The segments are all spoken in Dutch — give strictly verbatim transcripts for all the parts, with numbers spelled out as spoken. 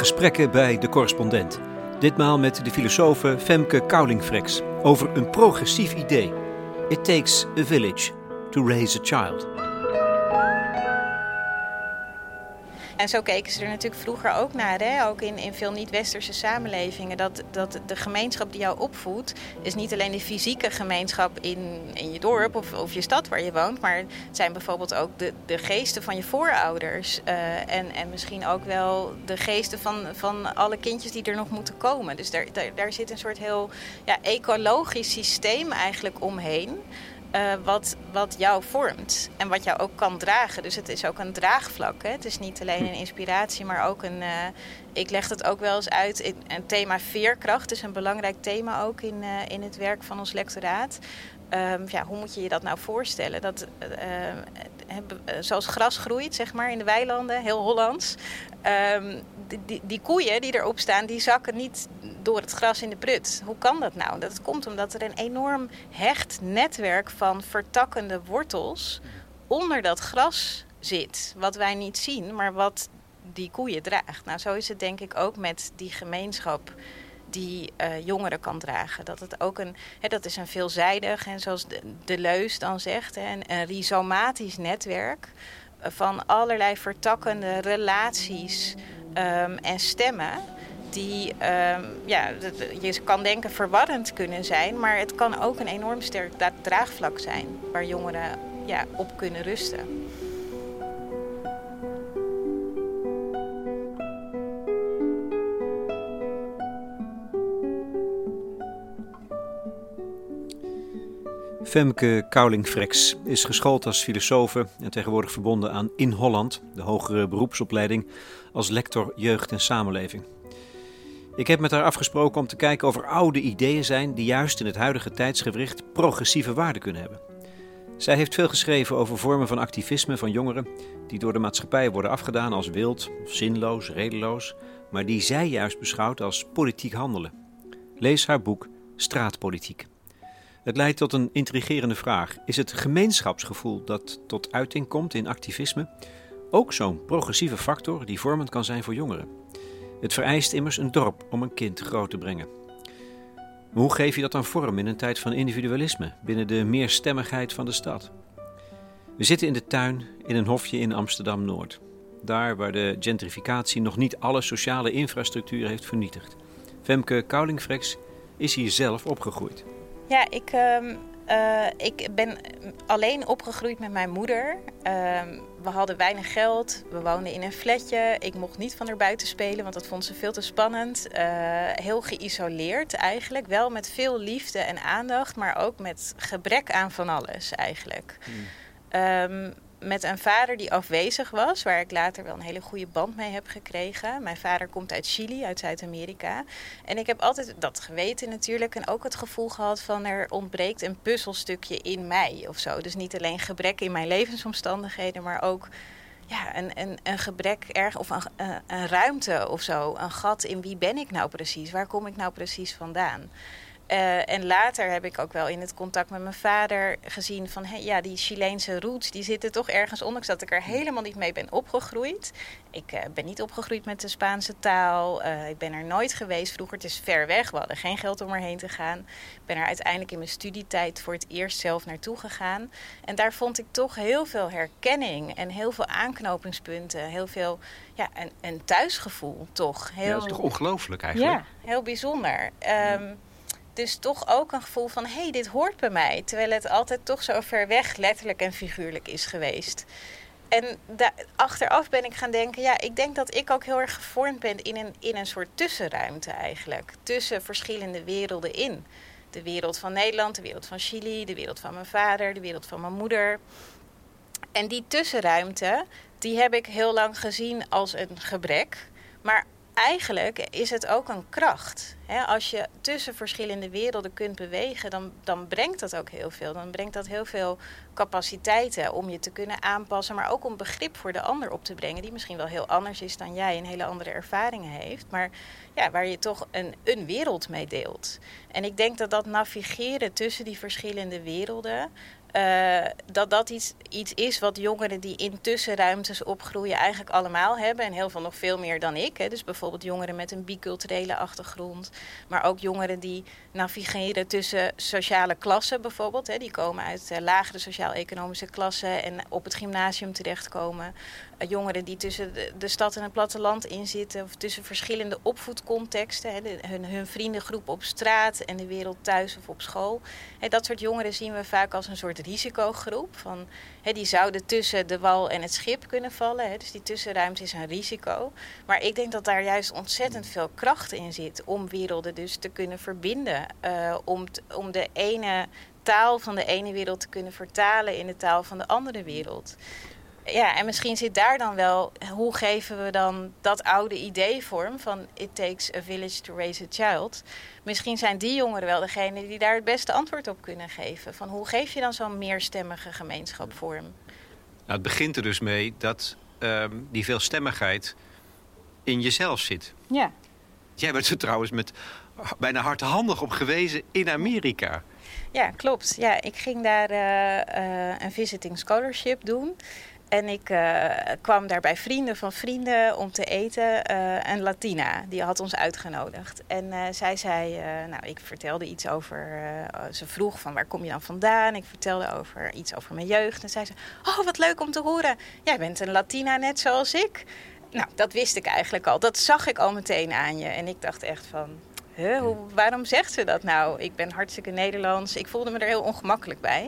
Gesprekken bij de correspondent. Ditmaal met de filosofe Femke Cowling-Frex over een progressief idee. It takes a village to raise a child. En zo keken ze er natuurlijk vroeger ook naar, hè? Ook in, in veel niet-westerse samenlevingen. Dat, dat de gemeenschap die jou opvoedt, is niet alleen de fysieke gemeenschap in, in je dorp of, of je stad waar je woont. Maar het zijn bijvoorbeeld ook de, de geesten van je voorouders. Uh, en, en misschien ook wel de geesten van, van alle kindjes die er nog moeten komen. Dus daar, daar, daar zit een soort heel ja, ecologisch systeem eigenlijk omheen. Uh, wat, wat jou vormt en wat jou ook kan dragen. Dus het is ook een draagvlak. Hè? Het is niet alleen een inspiratie, maar ook een... Uh, ik leg het ook wel eens uit. In, een thema veerkracht is een belangrijk thema ook in, uh, in het werk van ons lectoraat. Um, ja, hoe moet je je dat nou voorstellen? Dat, uh, uh, zoals gras groeit, zeg maar, in de weilanden, heel Hollands. Um, die, die, die koeien die erop staan, die zakken niet door het gras in de prut. Hoe kan dat nou? Dat komt omdat er een enorm hecht netwerk van vertakkende wortels onder dat gras zit. Wat wij niet zien, maar wat die koeien draagt. Nou, zo is het denk ik ook met die gemeenschap die uh, jongeren kan dragen. Dat het ook een, hè, dat is een veelzijdig, en zoals de, de Leus dan zegt, hè, een, een rhizomatisch netwerk uh, van allerlei vertakkende relaties um, en stemmen die, um, ja, je kan denken verwarrend kunnen zijn, maar het kan ook een enorm sterk draagvlak zijn waar jongeren ja, op kunnen rusten. Femke Cowling-Frex is geschoold als filosofe en tegenwoordig verbonden aan In Holland, de hogere beroepsopleiding, als lector jeugd en samenleving. Ik heb met haar afgesproken om te kijken of er oude ideeën zijn die juist in het huidige tijdsgewricht progressieve waarde kunnen hebben. Zij heeft veel geschreven over vormen van activisme van jongeren die door de maatschappij worden afgedaan als wild, zinloos, redeloos, maar die zij juist beschouwt als politiek handelen. Lees haar boek Straatpolitiek. Het leidt tot een intrigerende vraag. Is het gemeenschapsgevoel dat tot uiting komt in activisme ook zo'n progressieve factor die vormend kan zijn voor jongeren? Het vereist immers een dorp om een kind groot te brengen. Maar hoe geef je dat dan vorm in een tijd van individualisme, binnen de meerstemmigheid van de stad? We zitten in de tuin in een hofje in Amsterdam-Noord. Daar waar de gentrificatie nog niet alle sociale infrastructuur heeft vernietigd. Femke Cowling-Frex is hier zelf opgegroeid. Ja, ik, uh, uh, ik ben alleen opgegroeid met mijn moeder. Uh, we hadden weinig geld, we woonden in een flatje. Ik mocht niet van erbuiten spelen, want dat vond ze veel te spannend. Uh, heel geïsoleerd eigenlijk, wel met veel liefde en aandacht, maar ook met gebrek aan van alles eigenlijk. Hmm. Um, met een vader die afwezig was, waar ik later wel een hele goede band mee heb gekregen. Mijn vader komt uit Chili, uit Zuid-Amerika. En ik heb altijd dat geweten natuurlijk en ook het gevoel gehad van er ontbreekt een puzzelstukje in mij of zo. Dus niet alleen gebrek in mijn levensomstandigheden, maar ook ja, een, een, een gebrek erg of een, een, een ruimte of zo. Een gat in wie ben ik nou precies? Waar kom ik nou precies vandaan? Uh, en later heb ik ook wel in het contact met mijn vader gezien van hey, ja, die Chileense roots die zitten toch ergens, ondanks dat ik er helemaal niet mee ben opgegroeid. Ik uh, ben niet opgegroeid met de Spaanse taal. Uh, ik ben er nooit geweest. Vroeger, het is ver weg. We hadden geen geld om erheen te gaan. Ik ben er uiteindelijk in mijn studietijd voor het eerst zelf naartoe gegaan. En daar vond ik toch heel veel herkenning en heel veel aanknopingspunten. Heel veel, ja, een, een thuisgevoel toch. Heel, ja, dat is toch ongelooflijk eigenlijk? Ja, heel bijzonder. Um, Dus toch ook een gevoel van, hé, hey, dit hoort bij mij. Terwijl het altijd toch zo ver weg, letterlijk en figuurlijk is geweest. En da- achteraf ben ik gaan denken, ja, ik denk dat ik ook heel erg gevormd ben in een, in een soort tussenruimte eigenlijk. Tussen verschillende werelden in. De wereld van Nederland, de wereld van Chili, de wereld van mijn vader, de wereld van mijn moeder. En die tussenruimte, die heb ik heel lang gezien als een gebrek. Maar eigenlijk is het ook een kracht. He, als je tussen verschillende werelden kunt bewegen, dan, dan brengt dat ook heel veel. Dan brengt dat heel veel capaciteiten om je te kunnen aanpassen, maar ook om begrip voor de ander op te brengen, die misschien wel heel anders is dan jij en hele andere ervaringen heeft, maar ja, waar je toch een, een wereld mee deelt. En ik denk dat dat navigeren tussen die verschillende werelden Uh, dat dat iets, iets is wat jongeren die in tussenruimtes opgroeien eigenlijk allemaal hebben. En heel veel nog veel meer dan ik. Hè. Dus bijvoorbeeld jongeren met een biculturele achtergrond. Maar ook jongeren die navigeren tussen sociale klassen bijvoorbeeld. Hè. Die komen uit uh, lagere sociaal-economische klassen en op het gymnasium terechtkomen. Uh, jongeren die tussen de, de stad en het platteland inzitten. Of tussen verschillende opvoedcontexten. Hè. De, hun, hun vriendengroep op straat en de wereld thuis of op school. Hè, dat soort jongeren zien we vaak als een soort risicogroep. Van, he, die zouden tussen de wal en het schip kunnen vallen. He, dus die tussenruimte is een risico. Maar ik denk dat daar juist ontzettend veel kracht in zit om werelden dus te kunnen verbinden. Uh, om, t, om de ene taal van de ene wereld te kunnen vertalen in de taal van de andere wereld. Ja, en misschien zit daar dan wel, hoe geven we dan dat oude idee vorm van it takes a village to raise a child. Misschien zijn die jongeren wel degene die daar het beste antwoord op kunnen geven. Van hoe geef je dan zo'n meerstemmige gemeenschap vorm? Nou, het begint er dus mee dat uh, die veelstemmigheid in jezelf zit. Ja. Jij werd er trouwens met bijna hardhandig op gewezen in Amerika. Ja, klopt. Ja, ik ging daar uh, uh, een visiting scholarship doen. En ik uh, kwam daar bij vrienden van vrienden om te eten. Uh, een Latina, die had ons uitgenodigd. En uh, zij zei, uh, nou, ik vertelde iets over... Uh, ze vroeg van, waar kom je dan vandaan? Ik vertelde over iets over mijn jeugd. En zei ze, oh, wat leuk om te horen. Jij bent een Latina net zoals ik. Nou, dat wist ik eigenlijk al. Dat zag ik al meteen aan je. En ik dacht echt van... Huh, hoe, waarom zegt ze dat nou? Ik ben hartstikke Nederlands. Ik voelde me er heel ongemakkelijk bij.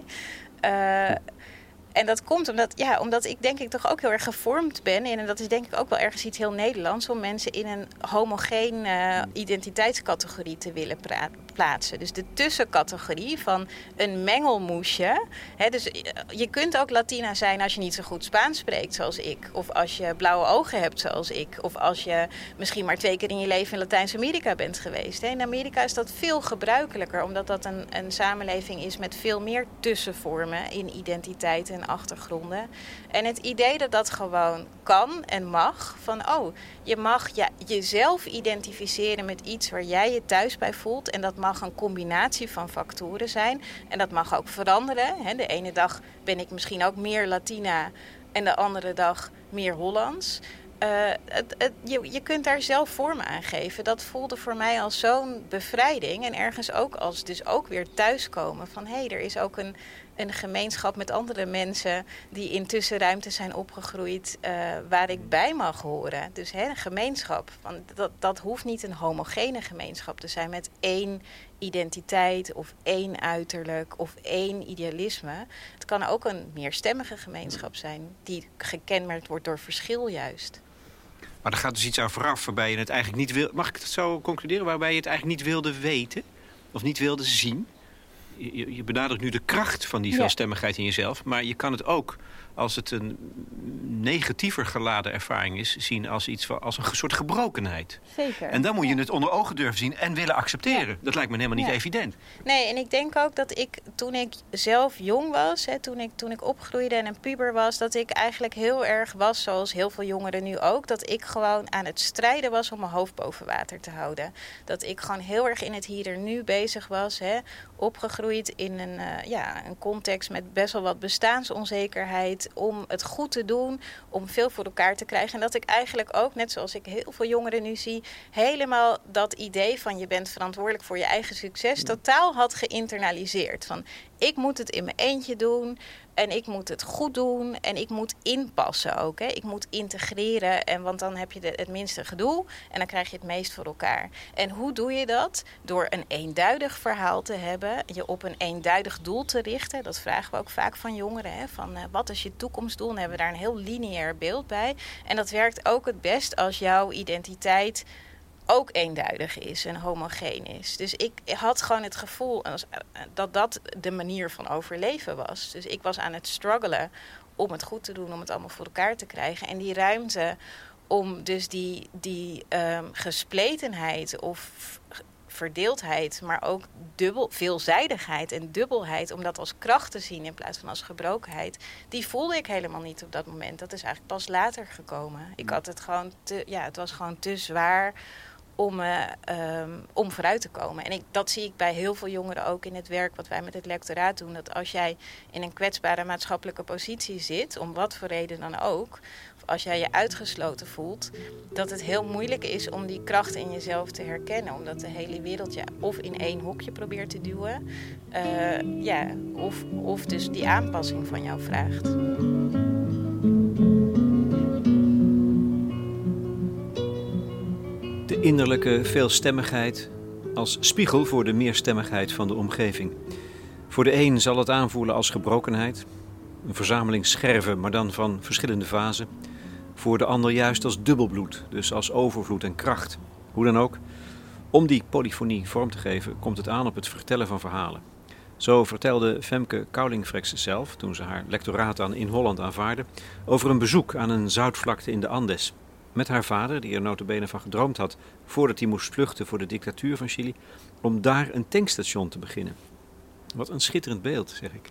Uh, en dat komt omdat, ja, omdat ik denk ik toch ook heel erg gevormd ben. En dat is denk ik ook wel ergens iets heel Nederlands. Om mensen in een homogeen uh, identiteitscategorie te willen pra- plaatsen. Dus de tussencategorie van een mengelmoesje. Hè, dus je kunt ook Latina zijn als je niet zo goed Spaans spreekt zoals ik. Of als je blauwe ogen hebt zoals ik. Of als je misschien maar twee keer in je leven in Latijns-Amerika bent geweest. Hè. In Amerika is dat veel gebruikelijker. Omdat dat een, een samenleving is met veel meer tussenvormen in identiteit en achtergronden. En het idee dat dat gewoon kan en mag. Van oh, je mag ja, jezelf identificeren met iets waar jij je thuis bij voelt. En dat mag een combinatie van factoren zijn. En dat mag ook veranderen. Hè. De ene dag ben ik misschien ook meer Latina en de andere dag meer Hollands. Uh, het, het, je, je kunt daar zelf vorm aan geven. Dat voelde voor mij als zo'n bevrijding. En ergens ook als dus ook weer thuiskomen. Van hé, hey, er is ook een, een gemeenschap met andere mensen die in tussenruimtes zijn opgegroeid uh, waar ik bij mag horen. Dus hè, een gemeenschap. Van, dat, dat hoeft niet een homogene gemeenschap te zijn met één identiteit of één uiterlijk of één idealisme. Het kan ook een meerstemmige gemeenschap zijn die gekenmerkt wordt door verschil juist. Maar er gaat dus iets aan vooraf waarbij je het eigenlijk niet wil... Mag ik het zo concluderen? Waarbij je het eigenlijk niet wilde weten of niet wilde zien? Je, je benadrukt nu de kracht van die veelstemmigheid in jezelf. Maar je kan het ook, als het een negatiever geladen ervaring is, zien als iets als een soort gebrokenheid. Zeker. En dan moet je ja. het onder ogen durven zien en willen accepteren. Ja. Dat lijkt me helemaal niet ja. evident. Nee, en ik denk ook dat ik, toen ik zelf jong was, hè, toen, ik, toen ik opgroeide en een puber was, dat ik eigenlijk heel erg was, zoals heel veel jongeren nu ook, dat ik gewoon aan het strijden was om mijn hoofd boven water te houden. Dat ik gewoon heel erg in het hier en nu bezig was, hè, opgegroeid in een, uh, ja, een context met best wel wat bestaansonzekerheid, om het goed te doen, om veel voor elkaar te krijgen. En dat ik eigenlijk ook, net zoals ik heel veel jongeren nu zie, helemaal dat idee van je bent verantwoordelijk voor je eigen succes totaal had geïnternaliseerd. Van ik moet het in mijn eentje doen en ik moet het goed doen en ik moet inpassen ook. Hè. Ik moet integreren, en want dan heb je de, het minste gedoe en dan krijg je het meest voor elkaar. En hoe doe je dat? Door een eenduidig verhaal te hebben, je op een eenduidig doel te richten. Dat vragen we ook vaak van jongeren. Hè. Van uh, wat is je toekomstdoel? Dan hebben we daar een heel lineair beeld bij. En dat werkt ook het best als jouw identiteit ook eenduidig is en homogeen is. Dus ik had gewoon het gevoel dat dat de manier van overleven was. Dus ik was aan het struggelen om het goed te doen, om het allemaal voor elkaar te krijgen. En die ruimte om dus die, die um, gespletenheid of verdeeldheid, maar ook dubbel, veelzijdigheid en dubbelheid, om dat als kracht te zien in plaats van als gebrokenheid, die voelde ik helemaal niet op dat moment. Dat is eigenlijk pas later gekomen. Ik had het gewoon te, ja, het was gewoon te zwaar om, uh, um, om vooruit te komen. En ik, dat zie ik bij heel veel jongeren ook in het werk wat wij met het lectoraat doen. Dat als jij in een kwetsbare maatschappelijke positie zit, om wat voor reden dan ook, of als jij je uitgesloten voelt, dat het heel moeilijk is om die kracht in jezelf te herkennen. Omdat de hele wereld je of in één hokje probeert te duwen, uh, ja, of, of dus die aanpassing van jou vraagt. De innerlijke veelstemmigheid als spiegel voor de meerstemmigheid van de omgeving. Voor de een zal het aanvoelen als gebrokenheid, een verzameling scherven, maar dan van verschillende fasen. Voor de ander juist als dubbelbloed, dus als overvloed en kracht. Hoe dan ook, om die polyfonie vorm te geven, komt het aan op het vertellen van verhalen. Zo vertelde Femke Kouwling-Frex zelf, toen ze haar lectoraat aan In Holland aanvaarde, over een bezoek aan een zoutvlakte in de Andes. Met haar vader, die er nota bene van gedroomd had voordat hij moest vluchten voor de dictatuur van Chili, om daar een tankstation te beginnen. Wat een schitterend beeld, zeg ik.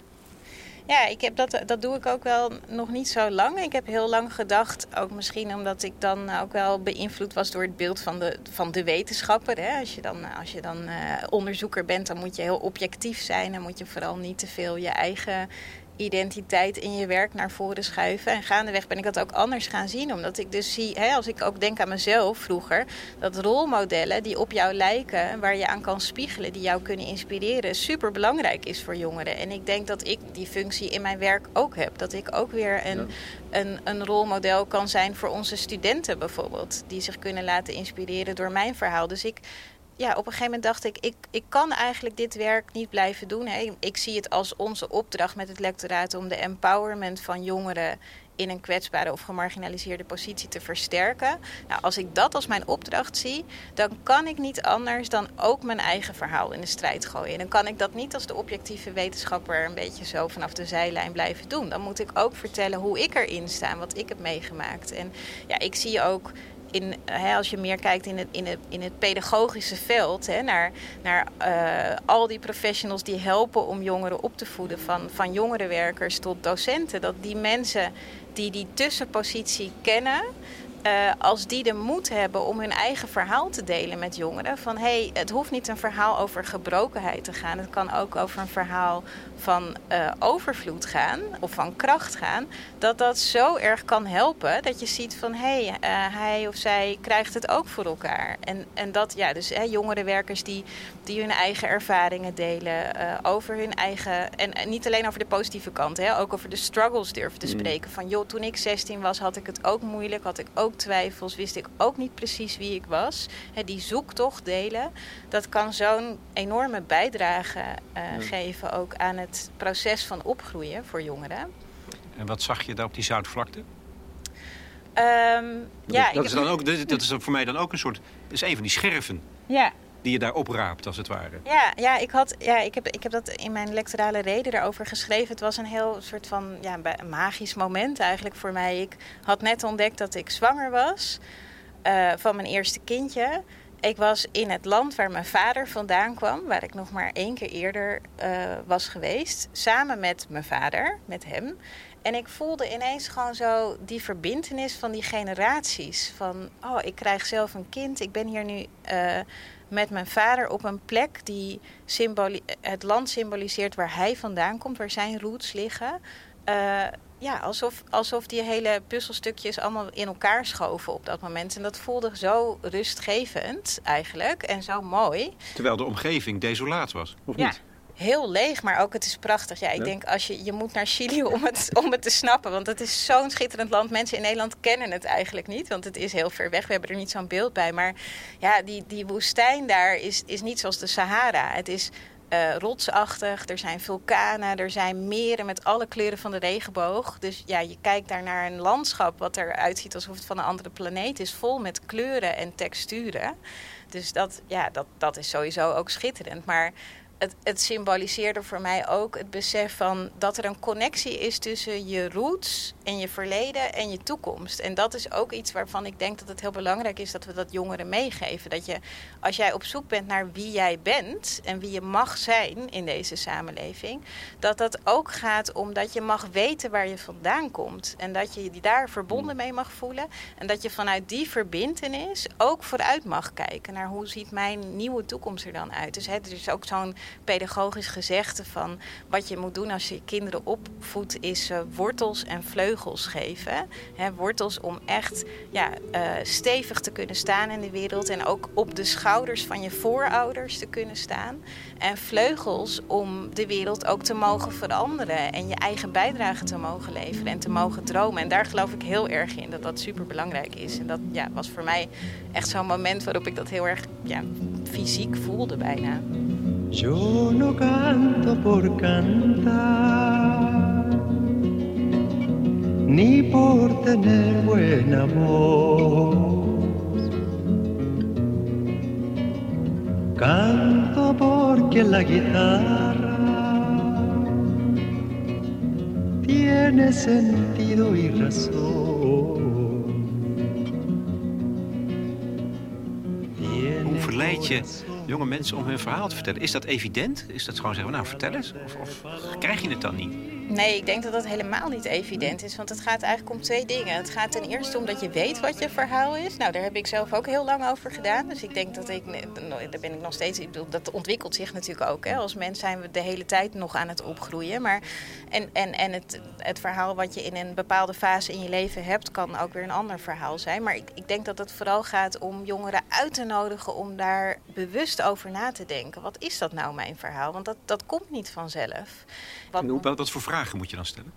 Ja, ik heb dat, dat doe ik ook wel nog niet zo lang. Ik heb heel lang gedacht, ook misschien omdat ik dan ook wel beïnvloed was door het beeld van de, van de wetenschapper. Hè. Als je dan, als je dan uh, onderzoeker bent, dan moet je heel objectief zijn. Dan moet je vooral niet te veel je eigen identiteit in je werk naar voren schuiven. En gaandeweg ben ik dat ook anders gaan zien. Omdat ik dus zie, hè, als ik ook denk aan mezelf vroeger, dat rolmodellen die op jou lijken, waar je aan kan spiegelen, die jou kunnen inspireren, super belangrijk is voor jongeren. En ik denk dat ik die functie in mijn werk ook heb. Dat ik ook weer een, ja. een, een rolmodel kan zijn voor onze studenten bijvoorbeeld. Die zich kunnen laten inspireren door mijn verhaal. Dus ik Ja, op een gegeven moment dacht ik, ik, ik kan eigenlijk dit werk niet blijven doen. Hè. Ik zie het als onze opdracht met het lectoraat om de empowerment van jongeren in een kwetsbare of gemarginaliseerde positie te versterken. Nou, als ik dat als mijn opdracht zie, dan kan ik niet anders dan ook mijn eigen verhaal in de strijd gooien. Dan kan ik dat niet als de objectieve wetenschapper een beetje zo vanaf de zijlijn blijven doen. Dan moet ik ook vertellen hoe ik erin sta en wat ik heb meegemaakt. En ja, ik zie ook In, hè, als je meer kijkt in het, in het, in het pedagogische veld, hè, naar, naar uh, al die professionals die helpen om jongeren op te voeden, van, van jongerenwerkers tot docenten, dat die mensen die die tussenpositie kennen, Uh, als die de moed hebben om hun eigen verhaal te delen met jongeren. Van hé, hey, het hoeft niet een verhaal over gebrokenheid te gaan. Het kan ook over een verhaal van uh, overvloed gaan of van kracht gaan. Dat dat zo erg kan helpen dat je ziet van hé, hey, uh, hij of zij krijgt het ook voor elkaar. En, en dat, ja, dus hè, jongerenwerkers die, die hun eigen ervaringen delen uh, over hun eigen. En, en niet alleen over de positieve kant, hè, ook over de struggles durven te spreken. Van joh, toen ik zestien was, had ik het ook moeilijk, had ik ook twijfels, wist ik ook niet precies wie ik was. He, die zoektocht delen, dat kan zo'n enorme bijdrage uh, ja. geven ook aan het proces van opgroeien voor jongeren. En wat zag je daar op die zoutvlakte? Um, ja, dat, dat, is dan ook, dat is voor mij dan ook een soort, dat is een van die scherven. Ja. Die je daar opraapt, als het ware. Ja, ja, ik, had, ja ik, heb, ik heb dat in mijn lectorale reden daarover geschreven. Het was een heel soort van ja, een magisch moment eigenlijk voor mij. Ik had net ontdekt dat ik zwanger was uh, van mijn eerste kindje. Ik was in het land waar mijn vader vandaan kwam, waar ik nog maar één keer eerder uh, was geweest. Samen met mijn vader, met hem. En ik voelde ineens gewoon zo die verbintenis van die generaties. Van, oh, ik krijg zelf een kind. Ik ben hier nu uh, met mijn vader op een plek die symboli- het land symboliseert waar hij vandaan komt, waar zijn roots liggen. Uh, ja, alsof, alsof die hele puzzelstukjes allemaal in elkaar schoven op dat moment. En dat voelde zo rustgevend eigenlijk en zo mooi. Terwijl de omgeving desolaat was, of ja. niet? Heel leeg, maar ook het is prachtig. Ja, ik ja. denk als je, je moet naar Chili om het, om het te snappen. Want het is zo'n schitterend land. Mensen in Nederland kennen het eigenlijk niet. Want het is heel ver weg. We hebben er niet zo'n beeld bij. Maar ja, die, die woestijn daar is, is niet zoals de Sahara. Het is uh, rotsachtig. Er zijn vulkanen. Er zijn meren met alle kleuren van de regenboog. Dus ja, je kijkt daar naar een landschap wat eruit ziet alsof het van een andere planeet is. Vol met kleuren en texturen. Dus dat, ja, dat, dat is sowieso ook schitterend. Maar het, het symboliseerde voor mij ook het besef van dat er een connectie is tussen je roots en je verleden en je toekomst. En dat is ook iets waarvan ik denk dat het heel belangrijk is dat we dat jongeren meegeven. Dat je, als jij op zoek bent naar wie jij bent en wie je mag zijn in deze samenleving, dat dat ook gaat om dat je mag weten waar je vandaan komt. En dat je je daar verbonden mee mag voelen. En dat je vanuit die verbintenis ook vooruit mag kijken naar hoe ziet mijn nieuwe toekomst er dan uit. Dus hè, er is ook zo'n pedagogisch gezegde van wat je moet doen als je kinderen opvoedt is uh, wortels en vleugels geven. He, wortels om echt ja, uh, stevig te kunnen staan in de wereld en ook op de schouders van je voorouders te kunnen staan. En vleugels om de wereld ook te mogen veranderen en je eigen bijdrage te mogen leveren en te mogen dromen. En daar geloof ik heel erg in dat dat super belangrijk is. En dat ja, was voor mij echt zo'n moment waarop ik dat heel erg ja, fysiek voelde bijna. Yo no canto por cantar, ni por tener buen amor. Canto porque la guitarra tiene sentido y razón. Hoe verleid je jonge mensen om hun verhaal te vertellen? Is dat evident? Is dat gewoon zeggen, nou vertel eens? Of, of krijg je het dan niet? Nee, ik denk dat dat helemaal niet evident is. Want het gaat eigenlijk om twee dingen. Het gaat ten eerste om dat je weet wat je verhaal is. Nou, daar heb ik zelf ook heel lang over gedaan. Dus ik denk dat ik, daar ben ik nog steeds, ik bedoel, dat ontwikkelt zich natuurlijk ook. Hè. Als mens zijn we de hele tijd nog aan het opgroeien. Maar, en en, en het, het verhaal wat je in een bepaalde fase in je leven hebt, kan ook weer een ander verhaal zijn. Maar ik, ik denk dat het vooral gaat om jongeren uit te nodigen om daar bewust over na te denken. Wat is dat nou, mijn verhaal? Want dat, dat komt niet vanzelf. Wat, en hoe, wat voor vragen moet je dan stellen?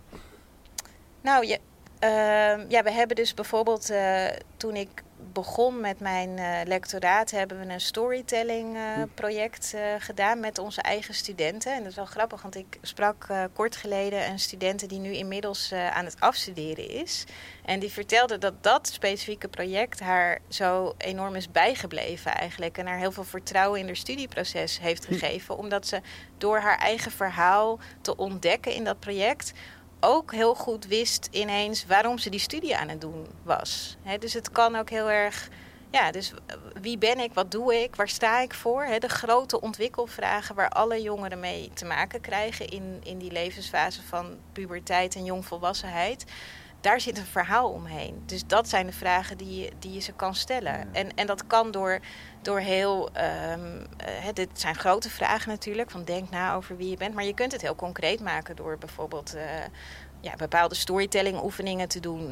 Nou, je, uh, ja, we hebben dus bijvoorbeeld, uh, toen ik begon met mijn uh, lectoraat, hebben we een storytelling uh, project uh, gedaan met onze eigen studenten. En dat is wel grappig, want ik sprak uh, kort geleden een studente die nu inmiddels uh, aan het afstuderen is. En die vertelde dat dat specifieke project haar zo enorm is bijgebleven eigenlijk. En haar heel veel vertrouwen in haar studieproces heeft gegeven. Omdat ze door haar eigen verhaal te ontdekken in dat project ook heel goed wist ineens waarom ze die studie aan het doen was. He, dus het kan ook heel erg, ja, dus wie ben ik, wat doe ik, waar sta ik voor? He, de grote ontwikkelvragen waar alle jongeren mee te maken krijgen in, in die levensfase van puberteit en jongvolwassenheid. Daar zit een verhaal omheen. Dus dat zijn de vragen die je, die je ze kan stellen. Ja. En, en dat kan door, door heel... Um, uh, dit zijn grote vragen natuurlijk. Van denk na over wie je bent. Maar je kunt het heel concreet maken door bijvoorbeeld Uh, ja, bepaalde storytelling oefeningen te doen.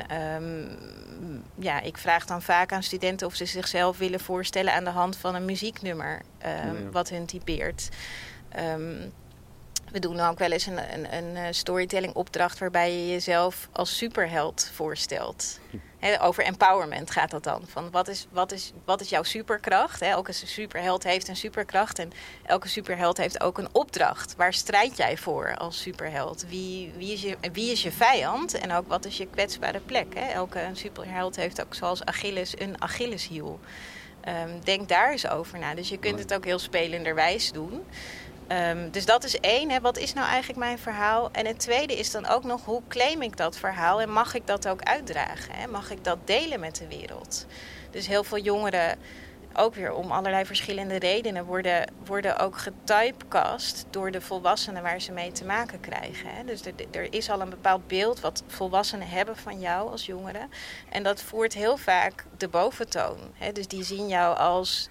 Um, ja, ik vraag dan vaak aan studenten of ze zichzelf willen voorstellen aan de hand van een muzieknummer. Um, ja. Wat hun typeert. Um, We doen ook wel eens een, een, een storytelling opdracht waarbij je jezelf als superheld voorstelt. He, over empowerment gaat dat dan. Van wat is, wat is, wat is jouw superkracht? He, elke superheld heeft een superkracht en elke superheld heeft ook een opdracht. Waar strijd jij voor als superheld? Wie, wie, is, je, wie is je vijand? En ook wat is je kwetsbare plek? He? Elke superheld heeft ook zoals Achilles een Achilleshiel. Um, denk daar eens over na. Dus je kunt het ook heel spelenderwijs doen. Um, dus dat is één. Hè. Wat is nou eigenlijk mijn verhaal? En het tweede is dan ook nog, hoe claim ik dat verhaal? En mag ik dat ook uitdragen? Hè? Mag ik dat delen met de wereld? Dus heel veel jongeren, ook weer om allerlei verschillende redenen, worden, worden ook getypecast door de volwassenen waar ze mee te maken krijgen. Hè? Dus er, er is al een bepaald beeld wat volwassenen hebben van jou als jongere. En dat voert heel vaak de boventoon. Hè? Dus die zien jou als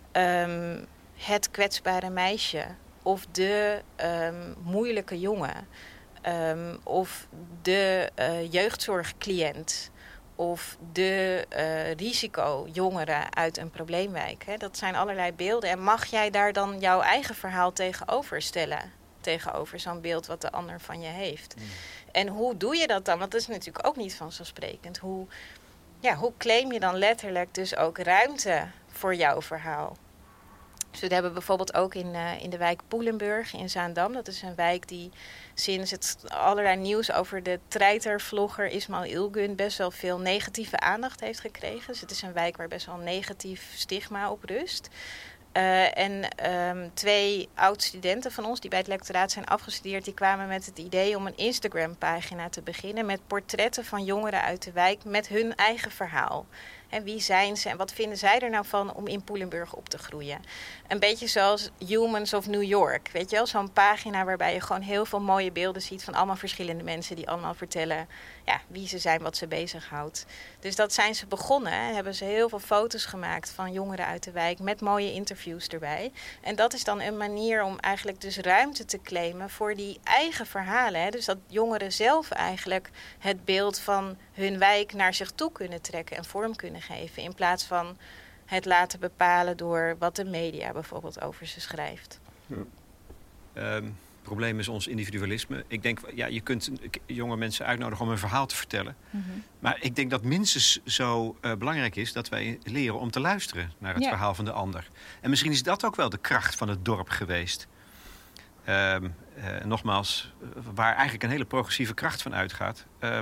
um, het kwetsbare meisje. Of de um, moeilijke jongen. Um, of de uh, jeugdzorgcliënt. Of de uh, risicojongeren uit een probleemwijk. Hè. Dat zijn allerlei beelden. En mag jij daar dan jouw eigen verhaal tegenover stellen? Tegenover zo'n beeld wat de ander van je heeft. Mm. En hoe doe je dat dan? Want dat is natuurlijk ook niet vanzelfsprekend. Hoe, ja, hoe claim je dan letterlijk dus ook ruimte voor jouw verhaal? Dus we hebben bijvoorbeeld ook in, uh, in de wijk Poelenburg in Zaandam. Dat is een wijk die sinds het allerlei nieuws over de treitervlogger Ismail Ilgun best wel veel negatieve aandacht heeft gekregen. Dus het is een wijk waar best wel een negatief stigma op rust. Uh, en um, twee oud-studenten van ons die bij het lectoraat zijn afgestudeerd, die kwamen met het idee om een Instagram-pagina te beginnen met portretten van jongeren uit de wijk met hun eigen verhaal. En wie zijn ze en wat vinden zij er nou van om in Poelenburg op te groeien? Een beetje zoals Humans of New York, weet je wel? Zo'n pagina waarbij je gewoon heel veel mooie beelden ziet van allemaal verschillende mensen die allemaal vertellen ja, wie ze zijn, wat ze bezighoudt. Dus dat zijn ze begonnen. Hè? Hebben ze heel veel foto's gemaakt van jongeren uit de wijk met mooie interviews erbij. En dat is dan een manier om eigenlijk dus ruimte te claimen voor die eigen verhalen. Hè? Dus dat jongeren zelf eigenlijk het beeld van hun wijk naar zich toe kunnen trekken en vorm kunnen geven. In plaats van het laten bepalen door wat de media bijvoorbeeld over ze schrijft. Ja. Um, het probleem is ons individualisme. Ik denk, ja, je kunt jonge mensen uitnodigen om een verhaal te vertellen. Mm-hmm. Maar ik denk dat minstens zo uh, belangrijk is dat wij leren om te luisteren naar het ja. verhaal van de ander. En misschien is dat ook wel de kracht van het dorp geweest. Uh, uh, nogmaals, waar eigenlijk een hele progressieve kracht van uitgaat. Uh,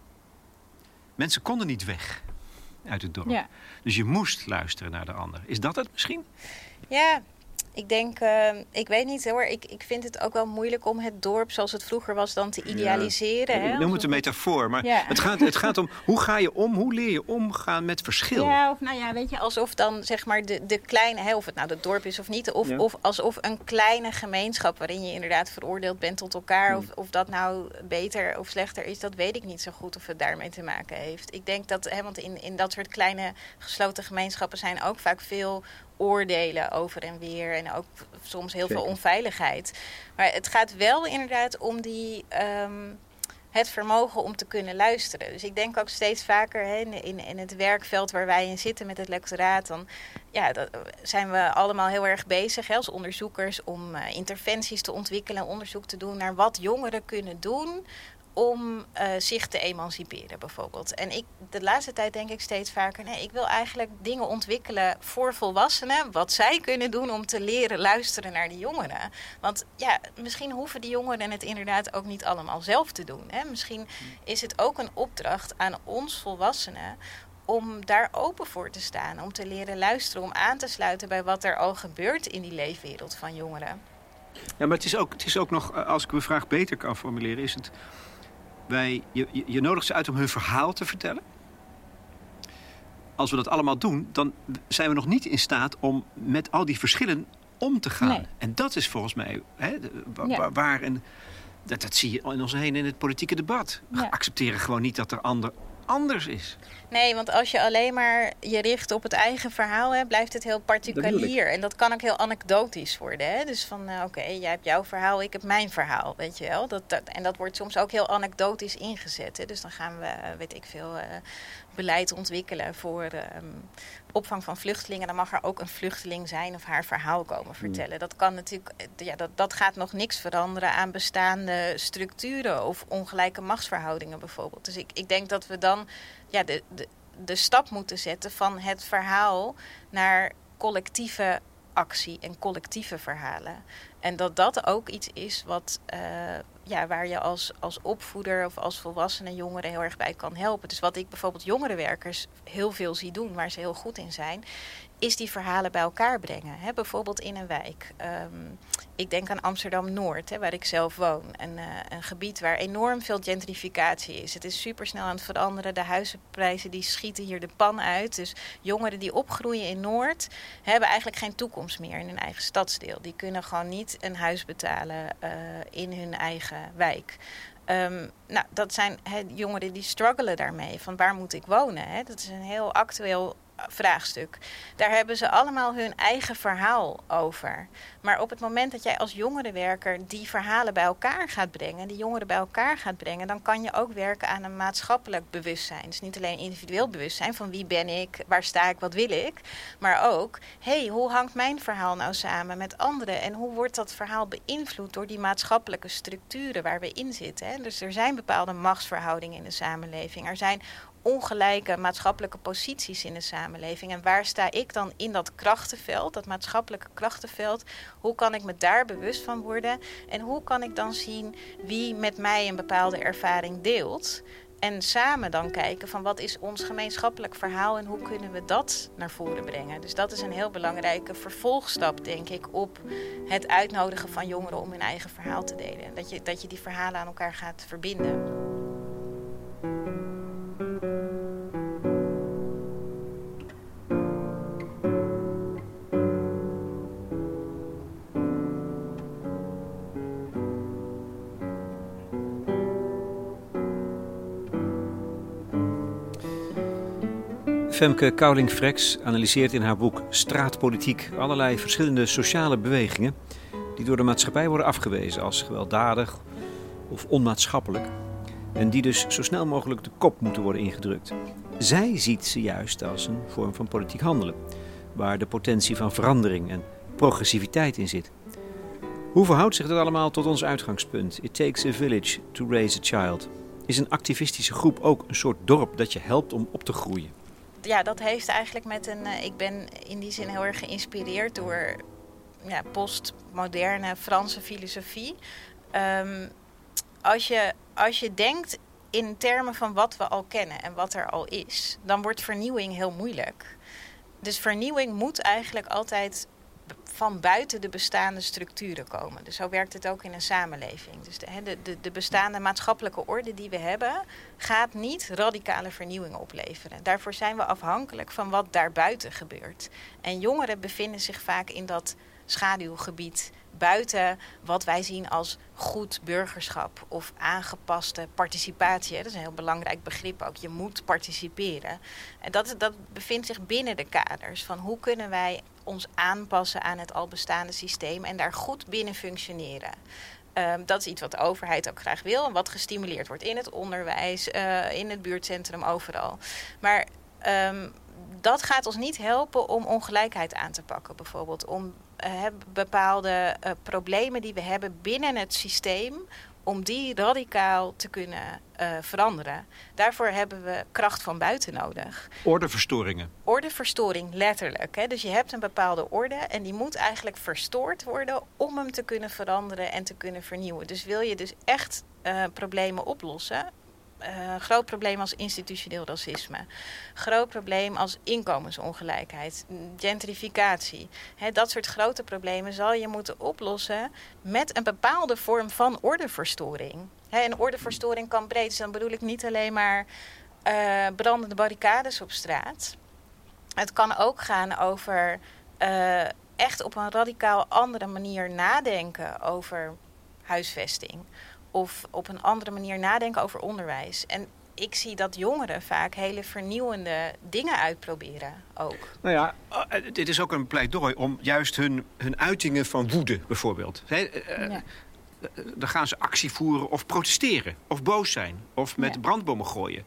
mensen konden niet weg uit het dorp. Ja. Dus je moest luisteren naar de ander. Is dat het misschien? Ja, ik denk, uh, ik weet niet hoor. Ik, ik vind het ook wel moeilijk om het dorp zoals het vroeger was dan te idealiseren. Ja. Noem het een metafoor, maar ja. het, gaat, het gaat om hoe ga je om, hoe leer je omgaan met verschil? Ja, of nou ja, weet je, alsof dan zeg maar de, de kleine, hè, of het nou het dorp is of niet, of, ja. of alsof een kleine gemeenschap waarin je inderdaad veroordeeld bent tot elkaar, hmm. of, of dat nou beter of slechter is, dat weet ik niet zo goed of het daarmee te maken heeft. Ik denk dat, hè, want in, in dat soort kleine gesloten gemeenschappen zijn ook vaak veel oordelen over en weer en ook soms heel Zeker. veel onveiligheid. Maar het gaat wel inderdaad om die, um, het vermogen om te kunnen luisteren. Dus ik denk ook steeds vaker hè, in, in het werkveld waar wij in zitten met het lectoraat, dan ja, dat zijn we allemaal heel erg bezig hè, als onderzoekers om uh, interventies te ontwikkelen en onderzoek te doen naar wat jongeren kunnen doen om uh, zich te emanciperen bijvoorbeeld. En ik, de laatste tijd denk ik steeds vaker, nee, ik wil eigenlijk dingen ontwikkelen voor volwassenen, wat zij kunnen doen om te leren luisteren naar die jongeren. Want ja, misschien hoeven die jongeren het inderdaad ook niet allemaal zelf te doen. Hè? Misschien is het ook een opdracht aan ons volwassenen om daar open voor te staan, om te leren luisteren, om aan te sluiten bij wat er al gebeurt in die leefwereld van jongeren. Ja, maar het is ook, het is ook nog, als ik mijn vraag beter kan formuleren, is het Wij, je, je nodigt ze uit om hun verhaal te vertellen. Als we dat allemaal doen, dan zijn we nog niet in staat om met al die verschillen om te gaan. Nee. En dat is volgens mij hè, waar, ja. waar en dat, dat zie je in ons heen in het politieke debat. We ja. accepteren gewoon niet dat er ander anders is. Nee, want als je alleen maar je richt op het eigen verhaal, hè, blijft het heel particulier. Dat en dat kan ook heel anekdotisch worden. Hè? Dus van, uh, oké, okay, jij hebt jouw verhaal, ik heb mijn verhaal, weet je wel. Dat, dat, en dat wordt soms ook heel anekdotisch ingezet. Hè? Dus dan gaan we, weet ik veel, uh, beleid ontwikkelen voor uh, opvang van vluchtelingen. Dan mag er ook een vluchteling zijn of haar verhaal komen vertellen. Mm. Dat kan natuurlijk, ja, dat, dat gaat nog niks veranderen aan bestaande structuren of ongelijke machtsverhoudingen bijvoorbeeld. Dus ik, ik denk dat we dan ja, de, de, de stap moeten zetten van het verhaal naar collectieve actie en collectieve verhalen. En dat dat ook iets is wat, uh, ja, waar je als, als opvoeder of als volwassene jongeren heel erg bij kan helpen. Dus wat ik bijvoorbeeld jongerenwerkers heel veel zie doen, waar ze heel goed in zijn, is die verhalen bij elkaar brengen. Hè? Bijvoorbeeld in een wijk. Um, ik denk aan Amsterdam-Noord, hè, waar ik zelf woon. Een, uh, een gebied waar enorm veel gentrificatie is. Het is supersnel aan het veranderen. De huizenprijzen die schieten hier de pan uit. Dus jongeren die opgroeien in Noord hebben eigenlijk geen toekomst meer in hun eigen stadsdeel. Die kunnen gewoon niet een huis betalen uh, in hun eigen wijk. Um, nou, dat zijn he, jongeren die struggelen daarmee. Van waar moet ik wonen? Hè? Dat is een heel actueel vraagstuk. Daar hebben ze allemaal hun eigen verhaal over. Maar op het moment dat jij als jongerenwerker die verhalen bij elkaar gaat brengen, die jongeren bij elkaar gaat brengen, dan kan je ook werken aan een maatschappelijk bewustzijn. Dus niet alleen individueel bewustzijn van wie ben ik, waar sta ik, wat wil ik, maar ook, hé, hey, hoe hangt mijn verhaal nou samen met anderen en hoe wordt dat verhaal beïnvloed door die maatschappelijke structuren waar we in zitten. Hè? Dus er zijn bepaalde machtsverhoudingen in de samenleving. Er zijn ongelijke maatschappelijke posities in de samenleving. En waar sta ik dan in dat krachtenveld, dat maatschappelijke krachtenveld? Hoe kan ik me daar bewust van worden? En hoe kan ik dan zien wie met mij een bepaalde ervaring deelt? En samen dan kijken van wat is ons gemeenschappelijk verhaal en hoe kunnen we dat naar voren brengen. Dus dat is een heel belangrijke vervolgstap, denk ik, op het uitnodigen van jongeren om hun eigen verhaal te delen. Dat je, dat je die verhalen aan elkaar gaat verbinden. Femke Cowling-Frex analyseert in haar boek Straatpolitiek allerlei verschillende sociale bewegingen die door de maatschappij worden afgewezen als gewelddadig of onmaatschappelijk en die dus zo snel mogelijk de kop moeten worden ingedrukt. Zij ziet ze juist als een vorm van politiek handelen, waar de potentie van verandering en progressiviteit in zit. Hoe verhoudt zich dat allemaal tot ons uitgangspunt? It takes a village to raise a child. Is een activistische groep ook een soort dorp dat je helpt om op te groeien? Ja, dat heeft eigenlijk met een... Uh, ik ben in die zin heel erg geïnspireerd door ja, postmoderne Franse filosofie. Um, als je, als je denkt in termen van wat we al kennen en wat er al is, dan wordt vernieuwing heel moeilijk. Dus vernieuwing moet eigenlijk altijd van buiten de bestaande structuren komen. Dus zo werkt het ook in een samenleving. Dus de, de, de, de bestaande maatschappelijke orde die we hebben gaat niet radicale vernieuwing opleveren. Daarvoor zijn we afhankelijk van wat daarbuiten gebeurt. En jongeren bevinden zich vaak in dat schaduwgebied buiten wat wij zien als goed burgerschap of aangepaste participatie. Dat is een heel belangrijk begrip ook. Je moet participeren. En dat, dat bevindt zich binnen de kaders van hoe kunnen wij ons aanpassen aan het al bestaande systeem en daar goed binnen functioneren. Um, dat is iets wat de overheid ook graag wil en wat gestimuleerd wordt in het onderwijs, uh, in het buurtcentrum, overal. Maar um, dat gaat ons niet helpen om ongelijkheid aan te pakken, bijvoorbeeld. Om uh, bepaalde uh, problemen die we hebben binnen het systeem, om die radicaal te kunnen uh, veranderen. Daarvoor hebben we kracht van buiten nodig. Ordeverstoringen. Ordeverstoring, letterlijk. Hè? Dus je hebt een bepaalde orde en die moet eigenlijk verstoord worden om hem te kunnen veranderen en te kunnen vernieuwen. Dus wil je dus echt uh, problemen oplossen, Uh, groot probleem als institutioneel racisme. Groot probleem als inkomensongelijkheid, gentrificatie. He, dat soort grote problemen zal je moeten oplossen met een bepaalde vorm van ordeverstoring. He, en ordeverstoring kan breed, dus dan bedoel ik niet alleen maar uh, brandende barricades op straat. Het kan ook gaan over uh, echt op een radicaal andere manier nadenken over huisvesting. Of op een andere manier nadenken over onderwijs. En ik zie dat jongeren vaak hele vernieuwende dingen uitproberen ook. Nou ja, dit is ook een pleidooi om juist hun, hun uitingen van woede bijvoorbeeld. He, uh, ja. Dan gaan ze actie voeren of protesteren. Of boos zijn. Of met ja. brandbommen gooien.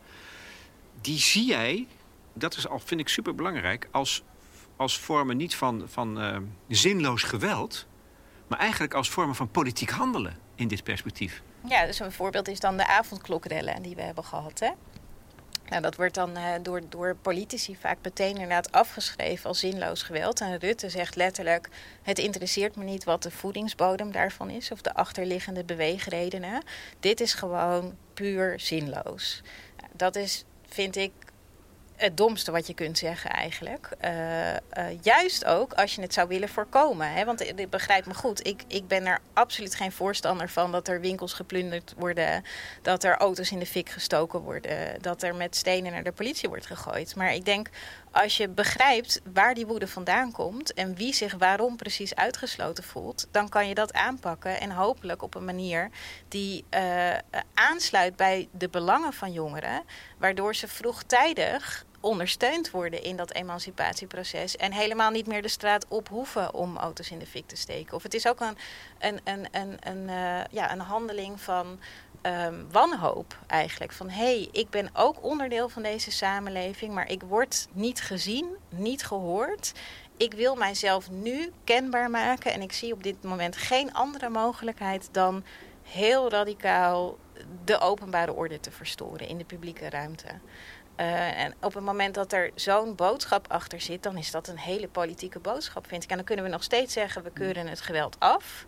Die zie jij, dat is al, vind ik superbelangrijk, als, als vormen niet van, van uh, zinloos geweld, maar eigenlijk als vormen van politiek handelen in dit perspectief. Ja, dus een voorbeeld is dan de avondklokrellen die we hebben gehad. Hè? Nou, dat wordt dan uh, door, door politici vaak meteen inderdaad afgeschreven als zinloos geweld. En Rutte zegt letterlijk, het interesseert me niet wat de voedingsbodem daarvan is of de achterliggende beweegredenen. Dit is gewoon puur zinloos. Dat is, vind ik, het domste wat je kunt zeggen eigenlijk. Uh, uh, juist ook als je het zou willen voorkomen. Hè? Want ik begrijp me goed. Ik, ik ben er absoluut geen voorstander van dat er winkels geplunderd worden. Dat er auto's in de fik gestoken worden. Dat er met stenen naar de politie wordt gegooid. Maar ik denk, als je begrijpt waar die woede vandaan komt en wie zich waarom precies uitgesloten voelt, dan kan je dat aanpakken en hopelijk op een manier die uh, aansluit bij de belangen van jongeren, waardoor ze vroegtijdig ondersteund worden in dat emancipatieproces en helemaal niet meer de straat op hoeven om auto's in de fik te steken. Of het is ook een, een, een, een, een, uh, ja, een handeling van Um, wanhoop eigenlijk. Van hé, hey, ik ben ook onderdeel van deze samenleving, maar ik word niet gezien, niet gehoord. Ik wil mijzelf nu kenbaar maken en ik zie op dit moment geen andere mogelijkheid dan heel radicaal de openbare orde te verstoren in de publieke ruimte. Uh, en op het moment dat er zo'n boodschap achter zit, dan is dat een hele politieke boodschap, vind ik. En dan kunnen we nog steeds zeggen, we keuren het geweld af.